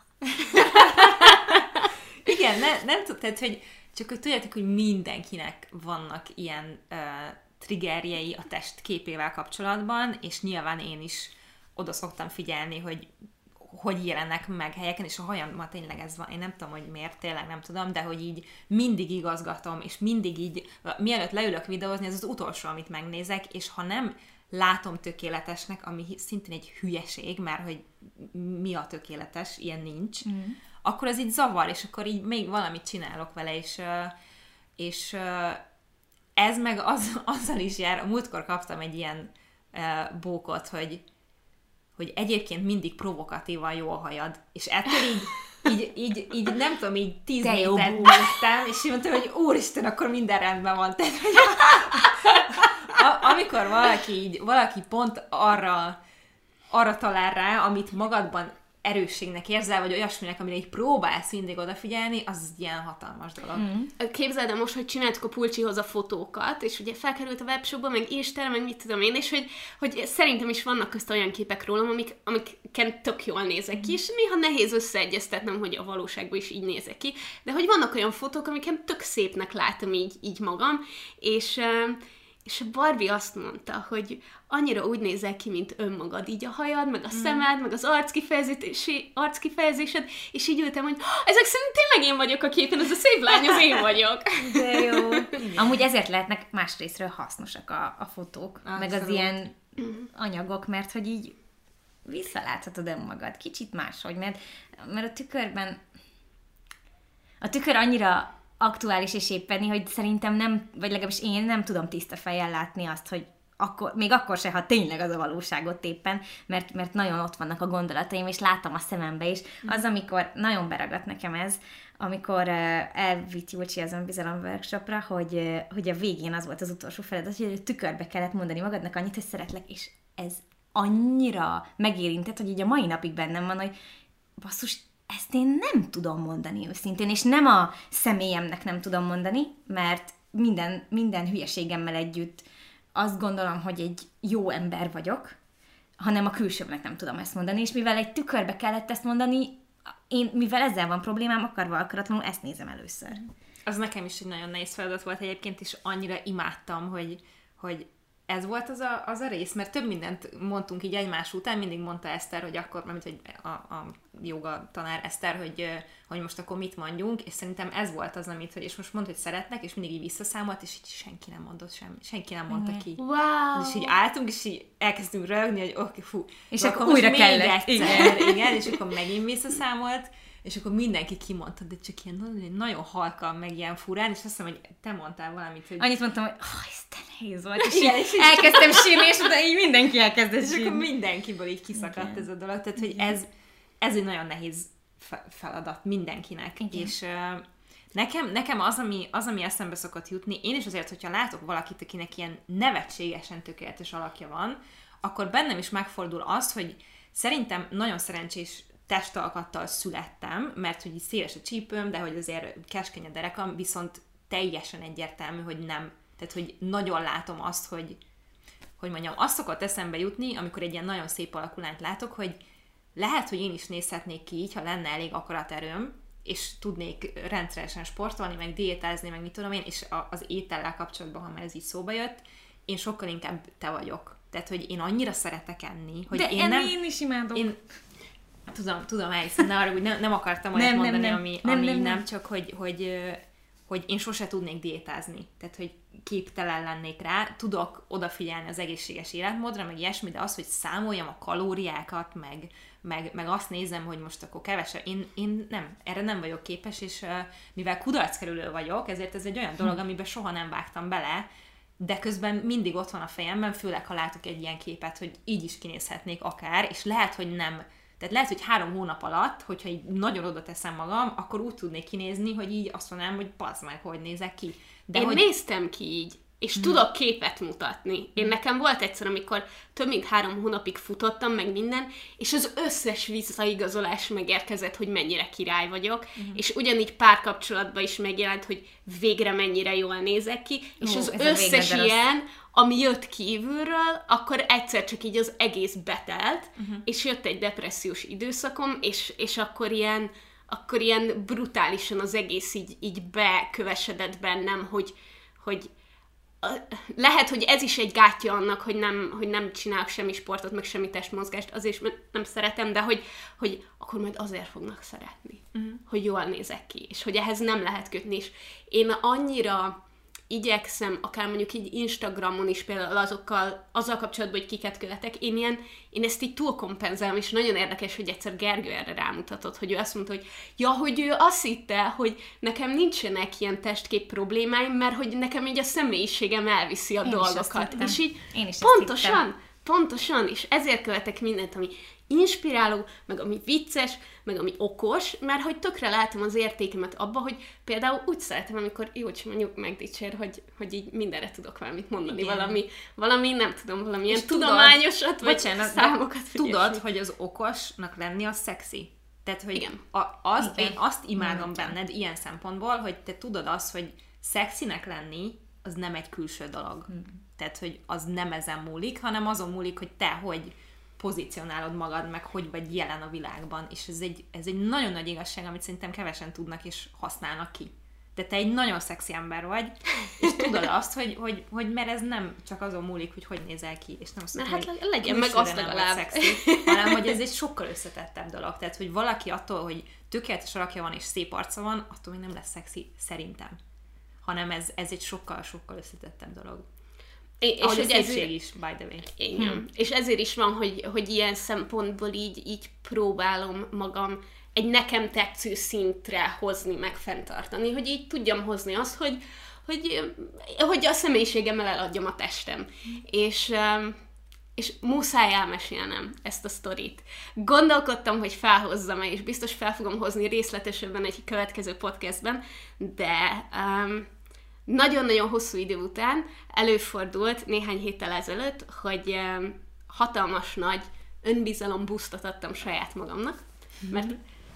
Igen, nem tudtad, hogy csak hogy tudjátok, hogy mindenkinek vannak ilyen triggerjei a test képével kapcsolatban, és nyilván én is oda szoktam figyelni, hogy jelennek meg helyeken, és a hajamban tényleg ez van. Én nem tudom, hogy miért, tényleg nem tudom, de hogy így mindig igazgatom, és mindig így, mielőtt leülök videózni, ez az utolsó, amit megnézek, és ha nem látom tökéletesnek, ami szintén egy hülyeség, mert hogy mi a tökéletes, ilyen nincs, akkor az így zavar, és akkor így még valamit csinálok vele, és ez meg azzal is jár, a múltkor kaptam egy ilyen bókot, hogy egyébként mindig provokatívan jó a hajad, és ettől így nem tudom, így 10 métert néztem, és így mondtam, hogy úristen, akkor minden rendben van. Tehát, hogy amikor valaki pont arra talál rá, amit magadban erősségnek érzel, vagy olyasminek, amire így próbálsz mindig odafigyelni, az ilyen hatalmas dolog. Képzeld el most, hogy csináltuk a Pulcsihoz a fotókat, és ugye felkerült a webshopba, meg Insta, meg mit tudom én, és hogy szerintem is vannak közt olyan képek rólam, amiken tök jól nézek ki, és néha nehéz összeegyeztetnem, hogy a valóságban is így nézek ki, de hogy vannak olyan fotók, amiken tök szépnek látom így magam, és a Barbie azt mondta, hogy annyira úgy nézel ki, mint önmagad, így a hajad, meg a szemed, meg az arckifejezésed, és így ültem, hogy ezek szerint tényleg én vagyok a képen, ez a szép lány, az én vagyok. De jó. Amúgy ezért lehetnek másrésztről hasznosak a fotók, meg az ilyen anyagok, mert hogy így visszaláthatod önmagad, kicsit máshogy, mert a tükörben a tükör annyira aktuális és éppeni, hogy szerintem nem, vagy legalábbis én nem tudom tiszta fejjel látni azt, hogy még akkor se, ha tényleg az a valóságot éppen, mert nagyon ott vannak a gondolataim, és látom a szemembe is. Az, amikor nagyon beragadt nekem ez, amikor elvitt Julcsi az önbizalom workshopra, hogy a végén az volt az utolsó feladat, hogy tükörbe kellett mondani magadnak annyit, hogy szeretlek, és ez annyira megérintett, hogy így a mai napig bennem van, hogy basszus, ezt én nem tudom mondani őszintén, és nem a személyemnek nem tudom mondani, mert minden hülyeségemmel együtt azt gondolom, hogy egy jó ember vagyok, hanem a külsőmnek nem tudom ezt mondani, és mivel egy tükörbe kellett ezt mondani, mivel ezzel van problémám, akarva akaratlanul ezt nézem először. Az nekem is egy nagyon nehéz feladat volt egyébként, és annyira imádtam, hogy ez volt az a rész, mert több mindent mondtunk így egymás után, mindig mondta Eszter, hogy akkor, mint hogy a joga tanár Eszter, hogy most akkor mit mondjunk, és szerintem ez volt az, amit, hogy és most mondd, hogy szeretnek, és mindig így visszaszámolt, és így senki nem mondott semmi, senki nem mondta ki. Wow. És így álltunk, és így elkezdtünk rögni, hogy oké, fú. És akkor újra kellett. Igen, és akkor megint visszaszámolt, és akkor mindenki kimondta, de csak ilyen nagyon halkan, meg ilyen furán, és azt hiszem, hogy te mondtál valamit, hogy... Annyit mondtam, hogy ez te nehéz volt, és így elkezdtem sírni, és utána így mindenki elkezdett sírni. És akkor mindenkiből így kiszakadt ez a dolog, tehát hogy ez egy nagyon nehéz feladat mindenkinek. Igen. És nekem az, ami eszembe szokott jutni, én is azért, hogyha látok valakit, akinek ilyen nevetségesen tökéletes alakja van, akkor bennem is megfordul az, hogy szerintem nagyon szerencsés testalkattal születtem, mert hogy így széles a csípőm, de hogy azért keskeny a derekam, viszont teljesen egyértelmű, hogy nem. Tehát, hogy nagyon látom azt, hogy mondjam, azt szokott eszembe jutni, amikor egy ilyen nagyon szép alakulányt látok, hogy lehet, hogy én is nézhetnék ki így, ha lenne elég akaraterőm, és tudnék rendszeresen sportolni, meg diétázni, meg mit tudom én, és az étellel kapcsolatban, ha már ez így szóba jött, én sokkal inkább te vagyok. Tehát, hogy én annyira szeretek enni, hogy de én is imádok. Tudom, elhiszem, de arra, hogy nem akartam olyat mondani, ami nem, csak hogy én sose tudnék diétázni. Tehát, hogy képtelen lennék rá, tudok odafigyelni az egészséges életmódra, meg ilyesmi, de az, hogy számoljam a kalóriákat, meg azt nézem, hogy most akkor kevesebb, én nem, erre nem vagyok képes, és mivel kudarckerülő vagyok, ezért ez egy olyan dolog, amiben soha nem vágtam bele, de közben mindig ott van a fejemben, főleg ha látok egy ilyen képet, hogy így is kinézhetnék akár, és lehet, hogy nem. Tehát lehet, hogy 3 hónap alatt, hogyha így nagyon oda teszem magam, akkor úgy tudnék kinézni, hogy így azt mondanám, hogy bazd meg, hogy nézek ki. De én néztem ki így, és tudok képet mutatni. Én nekem volt egyszer, amikor több mint 3 hónapig futottam, meg minden, és az összes visszaigazolás megérkezett, hogy mennyire király vagyok, és ugyanígy párkapcsolatban is megjelent, hogy végre mennyire jól nézek ki, és az összes ilyen, ami jött kívülről, akkor egyszer csak így az egész betelt, és jött egy depressziós időszakom, és akkor ilyen brutálisan az egész így bekövesedett bennem, hogy lehet, hogy ez is egy gátja annak, hogy nem csinálok semmi sportot, meg semmi testmozgást, azért nem szeretem, de hogy akkor majd azért fognak szeretni, hogy jól nézek ki, és hogy ehhez nem lehet kötni. És én annyira igyekszem, akár mondjuk így Instagramon is például azzal kapcsolatban, hogy kiket követek, én ezt így túlkompenzálom, és nagyon érdekes, hogy egyszer Gergő erre rámutatott, hogy ő azt mondta, hogy hogy ő azt hitte, hogy nekem nincsenek ilyen testkép problémáim, mert hogy nekem így a személyiségem elviszi a dolgokat. És így én is pontosan, és ezért követek mindent, ami inspiráló, meg ami vicces, meg ami okos, mert hogy tökre látom az értékemet abba, hogy például úgy szeretem, amikor Jócsi mondjuk megdicsér, hogy így mindenre tudok valamit mondani, valami nem tudom, valamilyen és tudományosat, vagy számokat. Tudod, hogy az okosnak lenni az szexi. Tehát, hogy én azt imádom benned ilyen szempontból, hogy te tudod azt, hogy szexinek lenni, az nem egy külső dolog. Tehát, hogy az nem ezen múlik, hanem azon múlik, hogy te hogy pozícionálod magad, meg hogy vagy jelen a világban, és ez egy nagyon nagy igazság, amit szerintem kevesen tudnak és használnak ki. De te egy nagyon szexi ember vagy, és tudod azt, hogy mert ez nem csak azon múlik, hogy nézel ki, és nem azt mondom, hogy legyen meg azt legalább szexi, hanem hogy ez egy sokkal összetettebb dolog. Tehát, hogy valaki attól, hogy tökéletes alakja van és szép arca van, attól még nem lesz szexi, szerintem. Hanem ez egy sokkal-sokkal összetettebb dolog. És ahogy a szépség is, by the way. Igen. És ezért is van, hogy ilyen szempontból így próbálom magam egy nekem tetsző szintre hozni, meg fenntartani, hogy így tudjam hozni azt, hogy a személyiségemmel eladjam a testem. És muszáj elmesélnem ezt a sztorit. Gondolkodtam, hogy felhozzam-e, és biztos fel fogom hozni részletesebben egy következő podcastben, de nagyon-nagyon hosszú idő után előfordult néhány héttel ezelőtt, hogy hatalmas nagy önbizalom boostot adtam saját magamnak, mert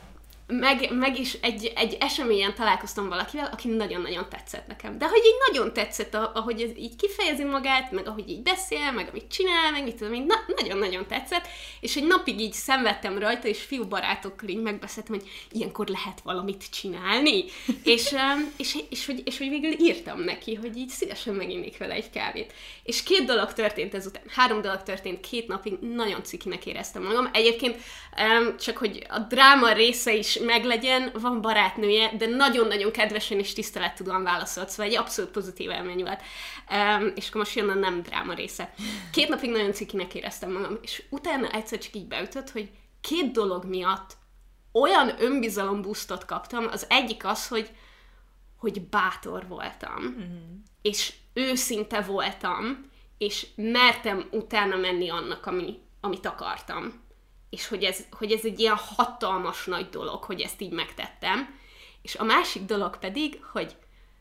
meg is egy eseményen találkoztam valakivel, aki nagyon-nagyon tetszett nekem. De hogy így nagyon tetszett, ahogy ez így kifejezi magát, meg ahogy így beszél, meg amit csinál, meg mit tudom én, nagyon-nagyon tetszett, és egy napig így szenvedtem rajta, és fiú barátokkal így megbeszéltem, hogy ilyenkor lehet valamit csinálni, és hogy végül írtam neki, hogy így szívesen meginnék vele egy kávét. És 2 dolog történt ezután, 3 dolog történt, 2 napig nagyon cikinek éreztem magam. Egyébként csak hogy a dráma része is meglegyen, van barátnője, de nagyon-nagyon kedvesen és tisztelettudóan válaszolt, szóval egy abszolút pozitív élmény volt. És akkor most jön a nem dráma része. 2 napig nagyon cikinek éreztem magam, és utána egyszer csak így beütött, hogy 2 dolog miatt olyan önbizalomboostot kaptam. Az egyik az, hogy bátor voltam, és őszinte voltam, és mertem utána menni annak, amit akartam. És hogy ez egy ilyen hatalmas nagy dolog, hogy ezt így megtettem. És a másik dolog pedig, hogy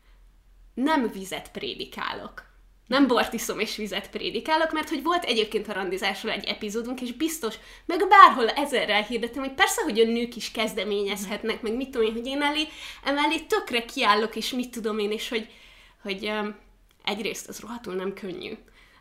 nem vizet prédikálok. Nem bort iszom és vizet prédikálok, mert hogy volt egyébként a randizásról egy epizódunk, és biztos, meg bárhol ezerrel hirdettem, hogy persze, hogy a nők is kezdeményezhetnek, meg mit tudom én, hogy én emellé tökre kiállok, és mit tudom én, és hogy egyrészt az rohadtul nem könnyű.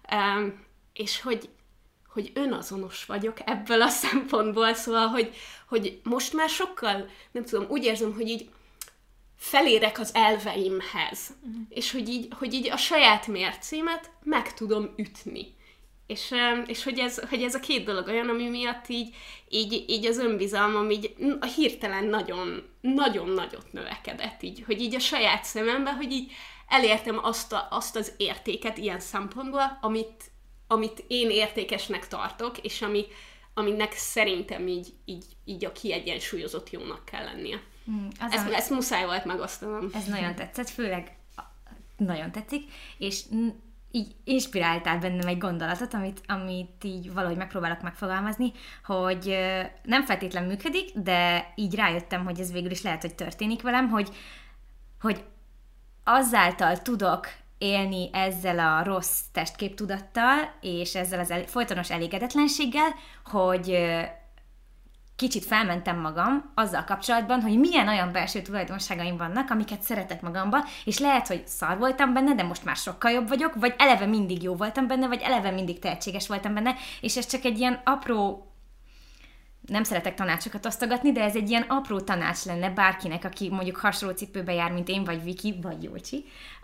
És hogy önazonos vagyok ebből a szempontból, szóval, hogy most már sokkal, nem tudom, úgy érzem, hogy így felérek az elveimhez, és hogy így a saját mércémet meg tudom ütni. És hogy ez a 2 dolog olyan, ami miatt így az önbizalmam így a hirtelen nagyon nagyot növekedett, így, hogy így a saját szememben, hogy így elértem azt az értéket ilyen szempontból, amit én értékesnek tartok, és aminek szerintem így a kiegyensúlyozott jónak kell lennie. Ezt muszáj volt megosztanom. Ez nagyon tetszett, főleg nagyon tetszik, és így inspiráltál bennem egy gondolatot, amit így valahogy megpróbálok megfogalmazni, hogy nem feltétlenül működik, de így rájöttem, hogy ez végül is lehet, hogy történik velem, hogy azáltal tudok élni ezzel a rossz testképtudattal, és ezzel az folytonos elégedetlenséggel, hogy kicsit felmentem magam azzal kapcsolatban, hogy milyen olyan belső tulajdonságaim vannak, amiket szeretek magamba, és lehet, hogy szar voltam benne, de most már sokkal jobb vagyok, vagy eleve mindig jó voltam benne, vagy eleve mindig tehetséges voltam benne, és ez csak egy ilyen apró, nem szeretek tanácsokat osztogatni, de ez egy ilyen apró tanács lenne bárkinek, aki mondjuk hasonló cipőbe jár, mint én, vagy Viki, vagy Jócsi,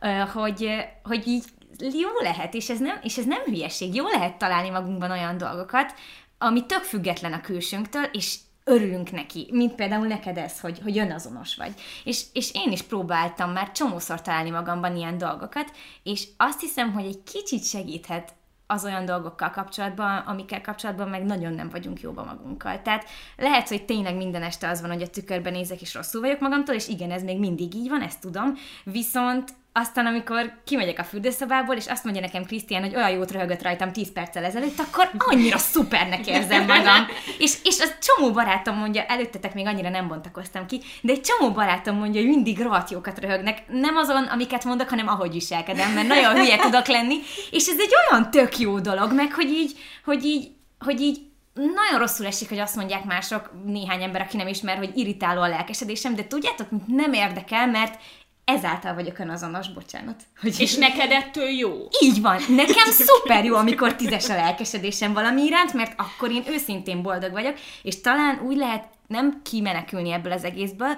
hogy így jó lehet, és ez nem hülyeség, jó lehet találni magunkban olyan dolgokat, ami tök független a külsőnktől, és örülünk neki, mint például neked ez, hogy önazonos vagy. És én is próbáltam már csomószor találni magamban ilyen dolgokat, és azt hiszem, hogy egy kicsit segíthet az olyan dolgokkal kapcsolatban, amikkel kapcsolatban meg nagyon nem vagyunk jóban magunkkal. Tehát lehet, hogy tényleg minden este az van, hogy a tükörben nézek és rosszul vagyok magamtól, és igen, ez még mindig így van, ezt tudom, viszont aztán, amikor kimegyek a fürdőszobából, és azt mondja nekem Krisztián, hogy olyan jót röhögött rajtam 10 perccel ezelőtt, akkor annyira szupernek érzem magam. És az csomó barátom mondja, előttetek még annyira nem bontakoztam ki, de egy csomó barátom mondja, hogy mindig rohadt jókat röhögnek. Nem azon, amiket mondok, hanem ahogy viselkedem, mert nagyon hülye tudok lenni. És ez egy olyan tök jó dolog, meg hogy így nagyon rosszul esik, hogy azt mondják mások, néhány ember, aki nem ismer, hogy irritáló a lelkesedésem, de tudjátok, nem érdekel, mert ezáltal vagyok önazonos, bocsánat. És neked ettől jó? Így van. Nekem szuper jó, amikor 10-es a lelkesedésem valami iránt, mert akkor én őszintén boldog vagyok, és talán úgy lehet nem kimenekülni ebből az egészből,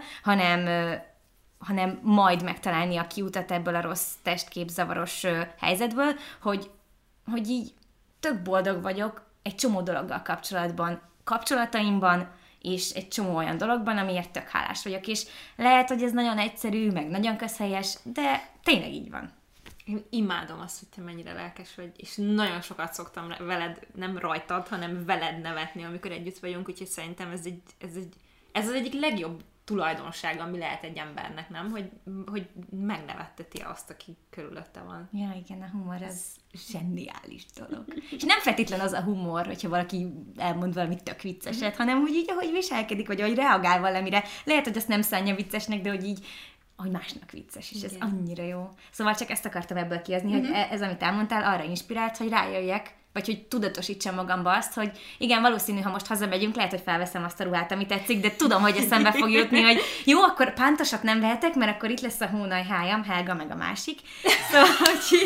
hanem majd megtalálni a kiutat ebből a rossz testképzavaros helyzetből, hogy így tök boldog vagyok egy csomó dologgal kapcsolatban, kapcsolataimban, és egy csomó olyan dologban, amiért tök hálás vagyok, és lehet, hogy ez nagyon egyszerű, meg nagyon közhelyes, de tényleg így van. Én imádom azt, hogy te mennyire lelkes vagy, és nagyon sokat szoktam veled, nem rajtad, hanem veled nevetni, amikor együtt vagyunk, úgyhogy szerintem ez az egyik legjobb tulajdonság, ami lehet egy embernek, nem? Hogy megnevetteti azt, aki körülötte van. Ja, igen, a humor az zseniális dolog. És nem feltétlen az a humor, hogyha valaki elmond valamit tök vicceset, hanem hogy így, ahogy viselkedik, vagy ahogy reagál valamire. Lehet, hogy azt nem szánja viccesnek, de hogy így, ahogy másnak vicces, és ez annyira jó. Szóval csak ezt akartam ebből kihozni, hogy ez, amit elmondtál, arra inspirált, hogy rájöjjek, vagy hogy tudatosítsam magamba azt, hogy igen, valószínű, ha most hazamegyünk, lehet, hogy felveszem azt a ruhát, ami tetszik, de tudom, hogy eszembe fog jutni, hogy jó, akkor pántosat nem vehetek, mert akkor itt lesz a hónajhájam, Helga meg a másik. Szóval, hogy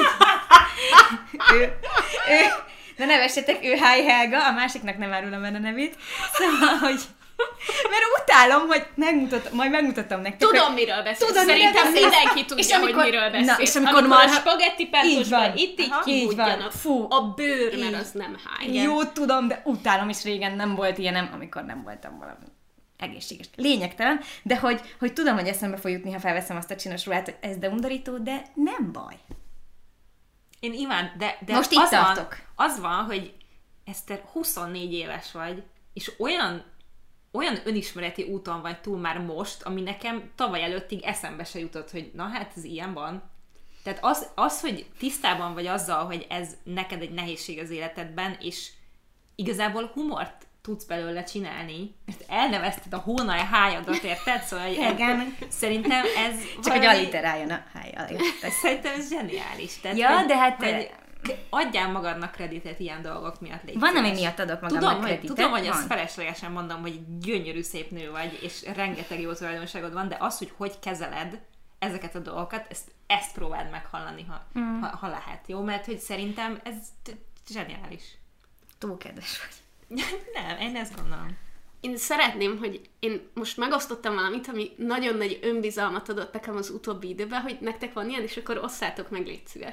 de nevessetek, ő Háj Helga, a másiknak nem árulom el a nevét. Szóval, hogy mert utálom, hogy majd megmutatom nektek. Tudom, miről beszélsz. Szerintem mindenki tudja, hogy miről beszélsz. És amikor a spagetti pántosban itt így kibudjanak. Fú, a bőr, mert az nem háj. Jó, tudom, de utálom, és régen nem volt ilyenem, amikor nem voltam valami egészséges. Lényegtelen, de hogy tudom, hogy eszembe fog jutni, ha felveszem azt a csinos ruhát, hogy ez de undorító, de nem baj. Én imád, de most itt tartok. Az van, hogy Eszter 24 éves vagy, és olyan önismereti úton vagy túl már most, ami nekem tavaly előttig eszembe se jutott, hogy na hát ez ilyen van. Tehát az, hogy tisztában vagy azzal, hogy ez neked egy nehézség az életedben, és igazából humort tudsz belőle csinálni, mert elnevezted a hónaj hájadat, érted? Szóval szerintem ez... Csak hogy alliteráljon a hájjal. Szerintem ez zseniális. Tehát, ja, de hát... adjál magadnak kreditet ilyen dolgok miatt, légy van, ami miatt adok magamnak kreditet. Tudom, hogy ezt feleslegesen mondom, hogy gyönyörű szép nő vagy, és rengeteg jó tulajdonságod van, de az, hogy kezeled ezeket a dolgokat, ezt próbáld meghallani, ha lehet, jó? Mert hogy szerintem ez zseniális. Túl kedves vagy. Nem, én ezt gondolom. Én szeretném, hogy én most megosztottam valamit, ami nagyon nagy önbizalmat adott nekem az utóbbi időben, hogy nektek van ilyen, és akkor osszátok meg, légy szíves.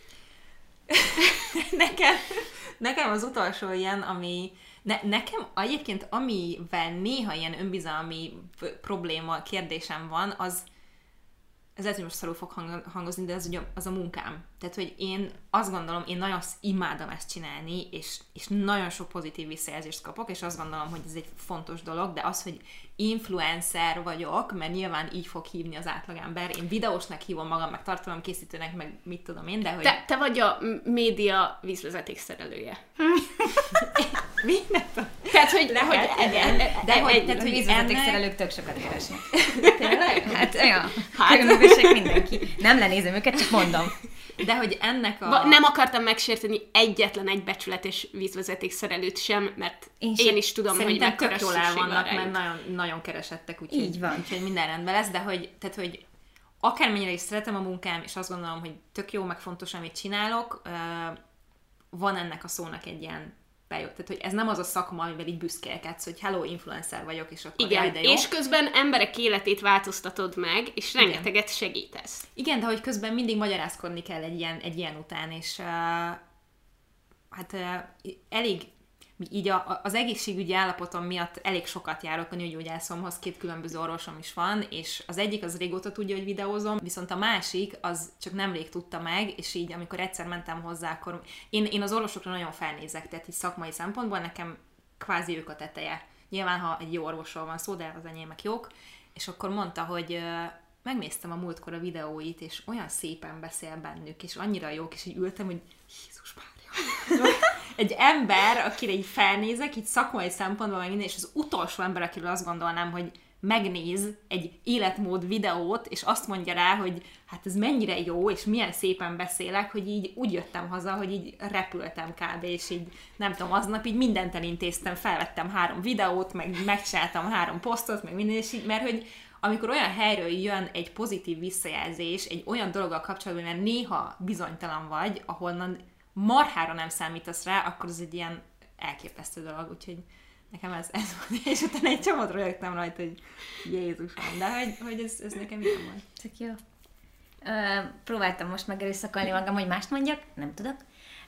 Nekem az utolsó ilyen, ami... Nekem egyébként, amivel néha ilyen önbizalmi probléma, kérdésem van, az lehet, hogy most szarul fog hangozni, de az a munkám. Tehát, hogy én azt gondolom, én nagyon imádom ezt csinálni, és nagyon sok pozitív visszajelzést kapok, és azt gondolom, hogy ez egy fontos dolog, de az, hogy influencer vagyok, mert nyilván így fog hívni az átlagember, én videósnak hívom magam, meg tartalomkészítőnek, meg mit tudom én, de hogy... Te vagy a média vízvezetékszerelője. Mi? Tehát, hogy... De hogy vízvezetékszerelők tök sokat keresnek. Tényleg? Hát, ja. Különbözőség mindenki. Nem lenézem őket, csak mondom. De hogy ennek a... Nem akartam megsérteni egyetlen egy becsületes vízvezetékszerelőt sem, mert én is tudom, hogy mekkora jól el vannak, mert nagyon, nagyon keresettek, úgyhogy minden rendben lesz, de hogy akármennyire is szeretem a munkám, és azt gondolom, hogy tök jó, meg fontos, amit csinálok, van ennek a szónak egy ilyen bejött. Tehát, hogy ez nem az a szakma, amivel így büszkélkedsz, hogy hello, influencer vagyok, és akkor igen, jaj, de jó. És közben emberek életét változtatod meg, és rengeteget segítesz. Igen, de hogy közben mindig magyarázkodni kell egy ilyen után, és elég... így az egészségügyi állapotom miatt elég sokat járok a nőgyógyászomhoz, 2 különböző orvosom is van, és az egyik az régóta tudja, hogy videózom, viszont a másik az csak nemrég tudta meg, és így amikor egyszer mentem hozzá, akkor én az orvosokra nagyon felnézek, tehát így szakmai szempontból nekem kvázi ők a teteje. Nyilván, ha egy jó orvosról van szó, de az enyémek jók, és akkor mondta, hogy megnéztem a múltkor a videóit, és olyan szépen beszél bennük, és annyira jók, és így ültem, hogy Jézus Mária. Egy ember, akire így felnézek, így szakmai szempontból meg minden, és az utolsó ember, akiről azt gondolnám, hogy megnéz egy életmód videót, és azt mondja rá, hogy hát ez mennyire jó, és milyen szépen beszélek, hogy így úgy jöttem haza, hogy így repültem kb. És így nem tudom, aznap így mindent elintéztem, felvettem 3 videót, meg megcsináltam 3 posztot, meg minden, és így, mert hogy amikor olyan helyről jön egy pozitív visszajelzés, egy olyan dologgal kapcsolatban, mert néha bizonytalan vagy, ahonnan marhára nem számítasz rá, akkor ez egy ilyen elképesztő dolog, úgyhogy nekem ez volt, és utána egy csomót rögtem rajta, hogy Jézusom, de hogy ez nekem ilyen volt. Tök jó. Próbáltam most megerőszakolni magam, hogy mást mondjak, nem tudok.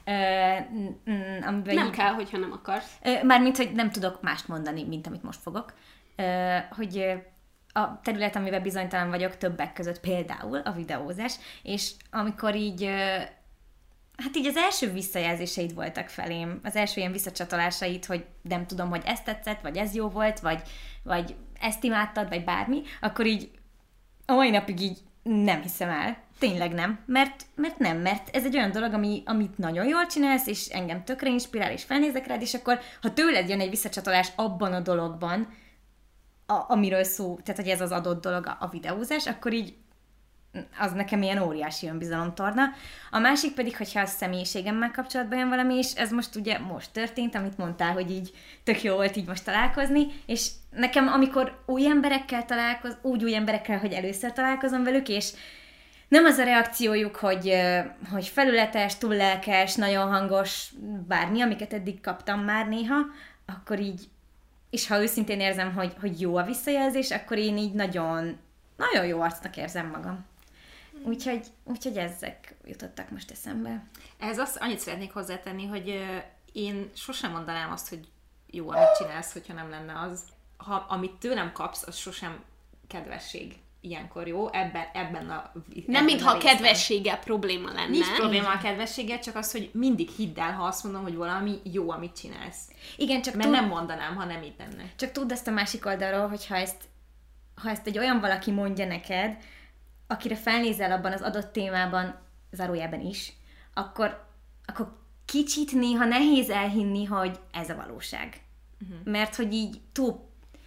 Nem kell, hogyha nem akarsz. Mármint, hogy nem tudok mást mondani, mint amit most fogok. Hogy a terület, amivel bizonytalan vagyok, többek között például a videózás, és amikor így, hát így az első visszajelzéseid voltak felém, az első ilyen visszacsatolásaid, hogy nem tudom, hogy ez tetszett, vagy ez jó volt, vagy ezt imádtad, vagy bármi, akkor így a mai napig így nem hiszem el. Tényleg nem. Mert ez egy olyan dolog, amit nagyon jól csinálsz, és engem tökre inspirál, és felnézek rád, és akkor, ha tőled jön egy visszacsatolás abban a dologban, amiről szó, tehát hogy ez az adott dolog a videózás, akkor így az nekem ilyen óriási önbizalomtorna. A másik pedig, hogyha a személyiségemmel kapcsolatban jön valami, és ez most ugye most történt, amit mondtál, hogy így tök jó volt így most találkozni, és nekem amikor új emberekkel új emberekkel, hogy először találkozom velük, és nem az a reakciójuk, hogy felületes, túl lelkes, nagyon hangos, bármi, amiket eddig kaptam már néha, akkor így, és ha őszintén érzem, hogy jó a visszajelzés, akkor én így nagyon, nagyon jó arcnak érzem magam. Úgyhogy ezek jutottak most eszembe. Ehhez annyit szeretnék hozzátenni, hogy én sosem mondanám azt, hogy jó, amit csinálsz, hogyha nem lenne az. Amit tőlem kapsz, az sosem kedvesség. Ilyenkor jó, ebben a nem mintha a kedvességgel probléma lenne. Nincs probléma a kedvességgel, csak az, hogy mindig hidd el, ha azt mondom, hogy valami jó, amit csinálsz. Igen, csak mert nem mondanám, ha nem így lenne. Csak tudd ezt a másik oldalról, hogy ha ezt egy olyan valaki mondja neked, akire felnézel abban az adott témában, zárójában is, akkor kicsit néha nehéz elhinni, hogy ez a valóság. Mert hogy így túl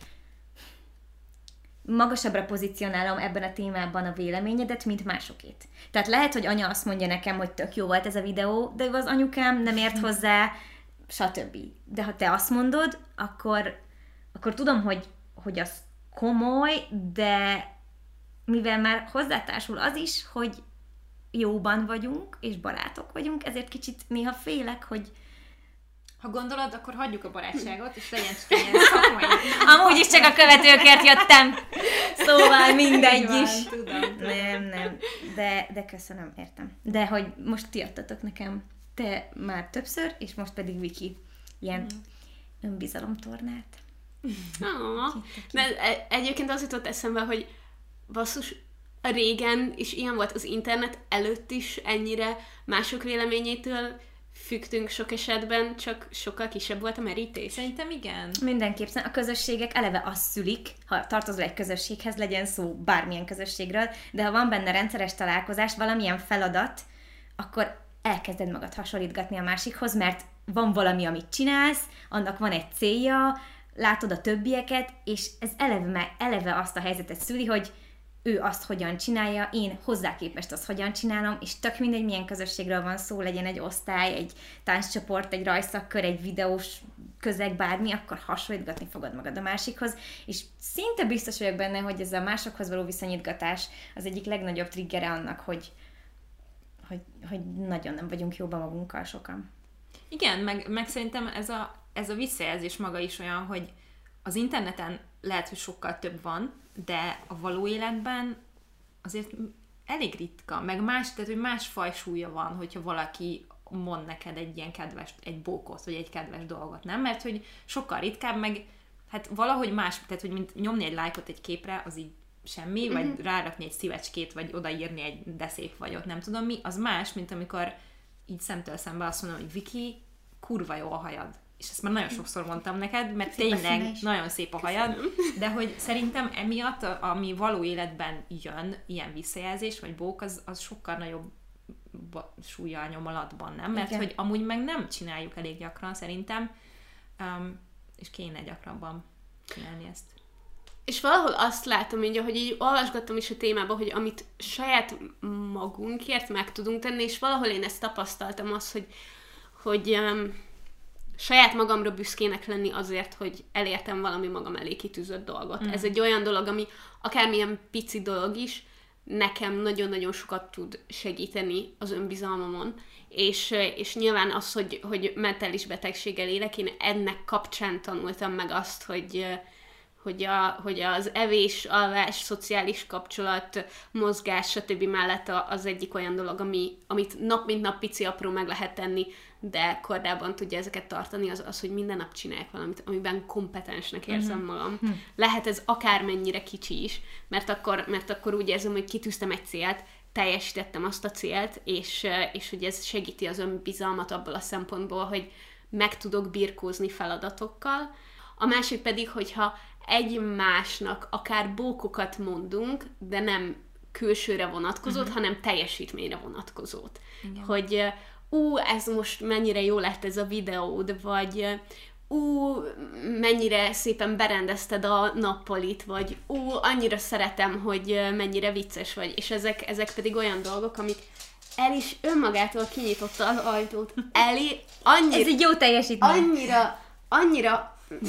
magasabbra pozícionálom ebben a témában a véleményedet, mint másokét. Tehát lehet, hogy anya azt mondja nekem, hogy tök jó volt ez a videó, de az anyukám nem ért hozzá, stb. De ha te azt mondod, akkor tudom, hogy az komoly, de mivel már hozzátársul az is, hogy jóban vagyunk, és barátok vagyunk, ezért kicsit néha félek, hogy ha gondolod, akkor hagyjuk a barátságot, és legyen csak ilyen szakmai. Amúgy is csak a követőkért jöttem. Szóval mindegy is. Tudom. Nem. De köszönöm, értem. De hogy most ti adtatok nekem, te már többször, és most pedig Viki ilyen önbizalomtornát. De egyébként az jutott eszembe, hogy basszus, régen is ilyen volt az internet, előtt is ennyire mások véleményétől függtünk sok esetben, csak sokkal kisebb volt a merítés. Szerintem igen. Mindenképp. A közösségek eleve azt szülik, ha tartozol egy közösséghez, legyen szó bármilyen közösségről, de ha van benne rendszeres találkozás, valamilyen feladat, akkor elkezded magad hasonlítgatni a másikhoz, mert van valami, amit csinálsz, annak van egy célja, látod a többieket, és ez eleve azt a helyzetet szüli, hogy ő azt hogyan csinálja, én hozzá képest azt hogyan csinálom, és tök mindegy, milyen közösségről van szó, legyen egy osztály, egy tánccsoport, egy rajszakkör, egy videós közeg, bármi, akkor hasonlítgatni fogod magad a másikhoz, és szinte biztos vagyok benne, hogy ez a másokhoz való viszonyítgatás az egyik legnagyobb triggere annak, hogy nagyon nem vagyunk jóban magunkkal sokan. Igen, meg szerintem ez a visszajelzés maga is olyan, hogy az interneten lehet, hogy sokkal több van, de a való életben azért elég ritka, meg más, tehát hogy más fajsúlya van, hogyha valaki mond neked egy ilyen kedves, egy bókot, vagy egy kedves dolgot, nem? Mert hogy sokkal ritkább, meg hát valahogy más, tehát hogy mint nyomni egy lájkot egy képre, az így semmi, vagy rárakni egy szívecskét, vagy odaírni egy de szép vagyok, nem tudom mi, az más, mint amikor így szemtől szembe azt mondom, hogy Viki, kurva jó a hajad. És ezt már nagyon sokszor mondtam neked, mert tényleg nagyon szép a hajad, de hogy szerintem emiatt, ami való életben jön, ilyen visszajelzés, vagy bók, az sokkal nagyobb súlya a nyomalatban, nem? Mert hogy amúgy meg nem csináljuk elég gyakran, szerintem, és kéne gyakrabban csinálni ezt. És valahol azt látom, hogy így olvasgattam is a témában, hogy amit saját magunkért meg tudunk tenni, és valahol én ezt tapasztaltam hogy saját magamra büszkének lenni azért, hogy elértem valami magam elé kitűzött dolgot. Ez egy olyan dolog, ami akármilyen pici dolog is, nekem nagyon-nagyon sokat tud segíteni az önbizalmamon. És nyilván az, hogy mentális betegséggel élek, én ennek kapcsán tanultam meg azt, hogy az evés, alvás, szociális kapcsolat, mozgás, stb. Mellett az egyik olyan dolog, amit nap mint nap pici apró meg lehet tenni, de kordában tudja ezeket tartani, az, hogy minden nap csinálják valamit, amiben kompetensnek érzem magam. Lehet ez akármennyire kicsi is, mert akkor úgy érzem, hogy kitűztem egy célt, teljesítettem azt a célt, és hogy ez segíti az önbizalmat abból a szempontból, hogy meg tudok birkózni feladatokkal. A másik pedig, hogyha egymásnak akár bókokat mondunk, de nem külsőre vonatkozót, hanem teljesítményre vonatkozót. Igen. Hogy ez most mennyire jó lett ez a videód, vagy mennyire szépen berendezted a nappalit, vagy annyira szeretem, hogy mennyire vicces vagy. És ezek pedig olyan dolgok, amik El is önmagától kinyitotta az ajtót. Eli annyira... Ez egy jó teljesítmény. Annyira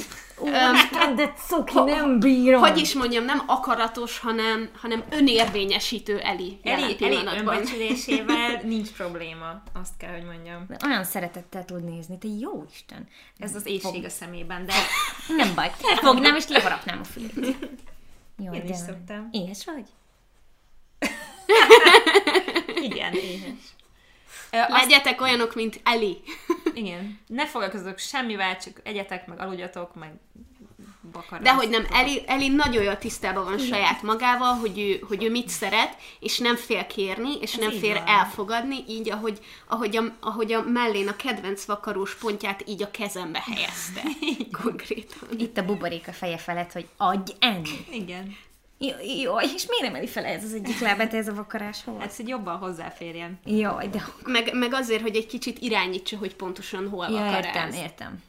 de cuki, nem bírom. Hogy is mondjam, nem akaratos, hanem önérvényesítő Eli önbecsülésével nincs probléma, azt kell, hogy mondjam. De olyan szeretettel tud nézni, te jó Isten. Ez az éhség a szemében, de... Nem baj, fognám és leharapnám a fülét. Jó, én is szoktam. Éhes vagy? Igen, éhes. Legyetek olyanok, mint Eli. Igen. Ne foglalkozzatok semmivel, csak egyetek, meg aludjatok, meg bakarászatok. De hogy nem, Eli nagyon jól tisztában van saját magával, hogy ő mit szeret, és nem fél kérni, és ez nem fél elfogadni, így ahogy a mellén a kedvenc vakarós pontját így a kezembe helyezte. Konkrétan. Itt a buborék a feje felett, hogy adj enni. Igen. Jaj, és miért nem emeli fel ez az egyik lábát, ez a vakaráshoz? Hát, hogy jobban hozzáférjen. Jaj, de... Meg azért, hogy egy kicsit irányítsa, hogy pontosan hol vakaráz. Értem.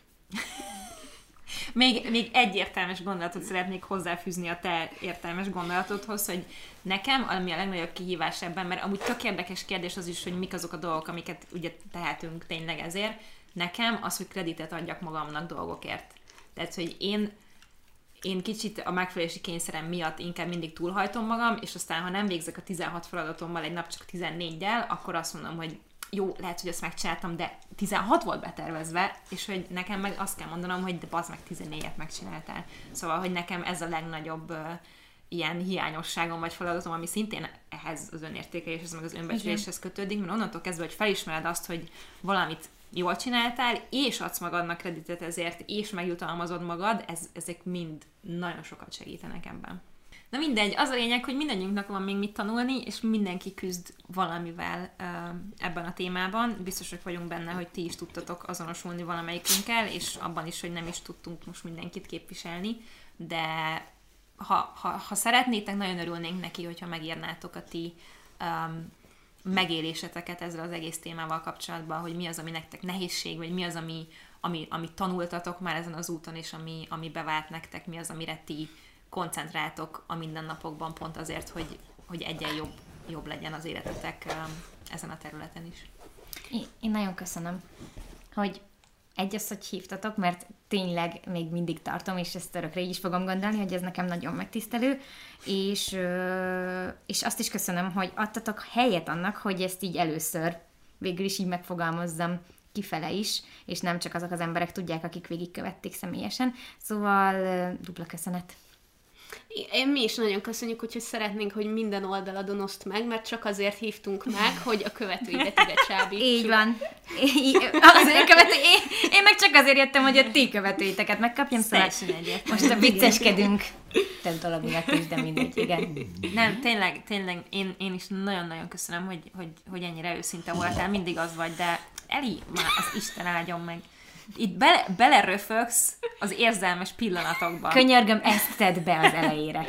Még egy értelmes gondolatot szeretnék hozzáfűzni a te értelmes gondolatodhoz, hogy nekem, ami a legnagyobb kihívás ebben, mert amúgy tök érdekes kérdés az is, hogy mik azok a dolgok, amiket ugye tehetünk tényleg ezért, nekem az, hogy kreditet adjak magamnak dolgokért. Tehát, hogy én kicsit a megfelelési kényszerem miatt inkább mindig túlhajtom magam, és aztán, ha nem végzek a 16 feladatommal, egy nap csak 14-del, akkor azt mondom, hogy jó, lehet, hogy ezt megcsináltam, de 16 volt betervezve, és hogy nekem meg azt kell mondanom, hogy de bazd meg 14-et megcsináltál. Szóval, hogy nekem ez a legnagyobb ilyen hiányosságom vagy feladatom, ami szintén ehhez az önértékeléshez, meg az önbecsüléshez kötődik, mert onnantól kezdve, hogy felismered azt, hogy valamit jól csináltál, és adsz magadnak kreditet ezért, és megjutalmazod magad, ezek mind nagyon sokat segítenek ebben. Na mindegy, az a lényeg, hogy mindannyiunknak van még mit tanulni, és mindenki küzd valamivel ebben a témában. Biztosak vagyunk benne, hogy ti is tudtatok azonosulni valamelyikünkkel, és abban is, hogy nem is tudtunk most mindenkit képviselni, de ha szeretnétek, nagyon örülnénk neki, hogyha megírnátok a ti megéléseteket ezzel az egész témával kapcsolatban, hogy mi az, ami nektek nehézség, vagy mi az, amit tanultatok már ezen az úton, és ami bevált nektek, mi az, amire ti koncentráltok a mindennapokban pont azért, hogy egyen jobb legyen az életetek ezen a területen is. Én nagyon köszönöm, hogy hogy hívtatok, mert tényleg még mindig tartom, és ezt örökre így is fogom gondolni, hogy ez nekem nagyon megtisztelő, és azt is köszönöm, hogy adtatok helyet annak, hogy ezt így először végül is így megfogalmazzam kifele is, és nem csak azok az emberek tudják, akik végigkövették személyesen. Szóval dupla köszönet. Mi is nagyon köszönjük, úgyhogy szeretnénk, hogy minden oldaladon oszt meg, mert csak azért hívtunk meg, hogy a követőidet ide csábítsuk. Így van. Én meg csak azért jöttem, hogy a ti követőiteket megkapjam, szóval most a vicceskedünk. Több dolog miatt is, de mindegy, igen. Nem, tényleg én is nagyon-nagyon köszönöm, hogy ennyire őszinte voltál, mindig az vagy, de Eli, már az Isten áldjon meg. Itt beleröfögsz az érzelmes pillanatokban. Könyörgöm, ezt tedd be az elejére.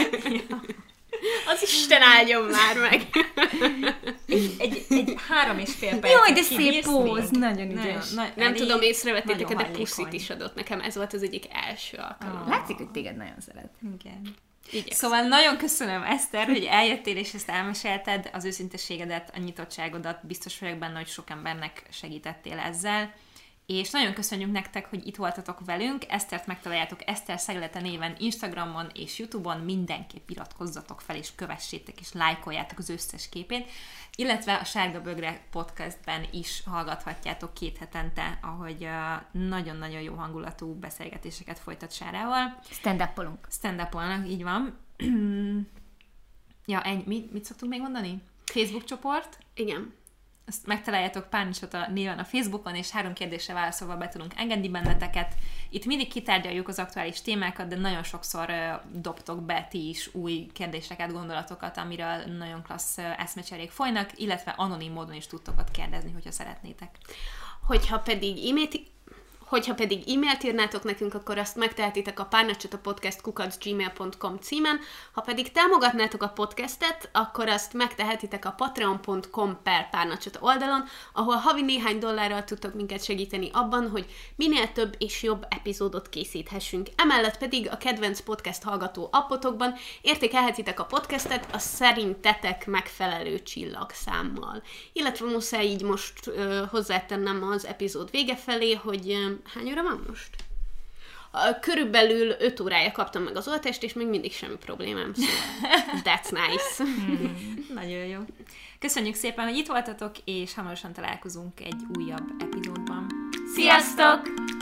Az Isten áldjon már meg! Egy 3,5 percet. Jaj, de szép póz, nagyon ügyes. Nem tudom, észrevettétek, de puszit is adott nekem. Ez volt az egyik első alkalom. Látszik, hogy téged nagyon szeret. Igen. Igyekszem. Szóval nagyon köszönöm, Eszter, hogy eljöttél és ezt elmesélted, az őszinteségedet, a nyitottságodat, biztos vagyok benne, hogy sok embernek segítettél ezzel. És nagyon köszönjük nektek, hogy itt voltatok velünk. Esztert megtaláljátok Eszter Szeglete néven Instagramon és YouTube-on. Mindenképp iratkozzatok fel, és kövessétek, és lájkoljátok az összes képét. Illetve a Sárga Bögre podcastben is hallgathatjátok 2 hetente, ahogy nagyon-nagyon jó hangulatú beszélgetéseket folytat Sárával. Stand-upolnak, így van. Ja, mit szoktunk még mondani? Facebook csoport? Igen. Ezt megtaláljátok Párnicsota néven a Facebookon, és 3 kérdésre válaszolva be tudunk engedni benneteket. Itt mindig kitárgyaljuk az aktuális témákat, de nagyon sokszor dobtok be ti is új kérdéseket, gondolatokat, amiről nagyon klassz eszmecserék folynak, illetve anonim módon is tudtok ott kérdezni, hogyha szeretnétek. Hogyha pedig e-mailt írnátok nekünk, akkor azt megtehetitek a párnacsatapodcast@gmail.com címen. Ha pedig támogatnátok a podcastet, akkor azt megtehetitek a patreon.com/párnacsata oldalon, ahol havi néhány dollárral tudtok minket segíteni abban, hogy minél több és jobb epizódot készíthessünk. Emellett pedig a kedvenc podcast hallgató appotokban értékelhetitek a podcastet a szerintetek megfelelő csillagszámmal. Illetve muszáj így most hozzátennem az epizód vége felé, hogy hány óra van most? Körülbelül 5 órája kaptam meg az oltást, és még mindig semmi problémám. Szóval that's nice. Nagyon jó. Köszönjük szépen, hogy itt voltatok, és hamarosan találkozunk egy újabb epizódban. Sziasztok!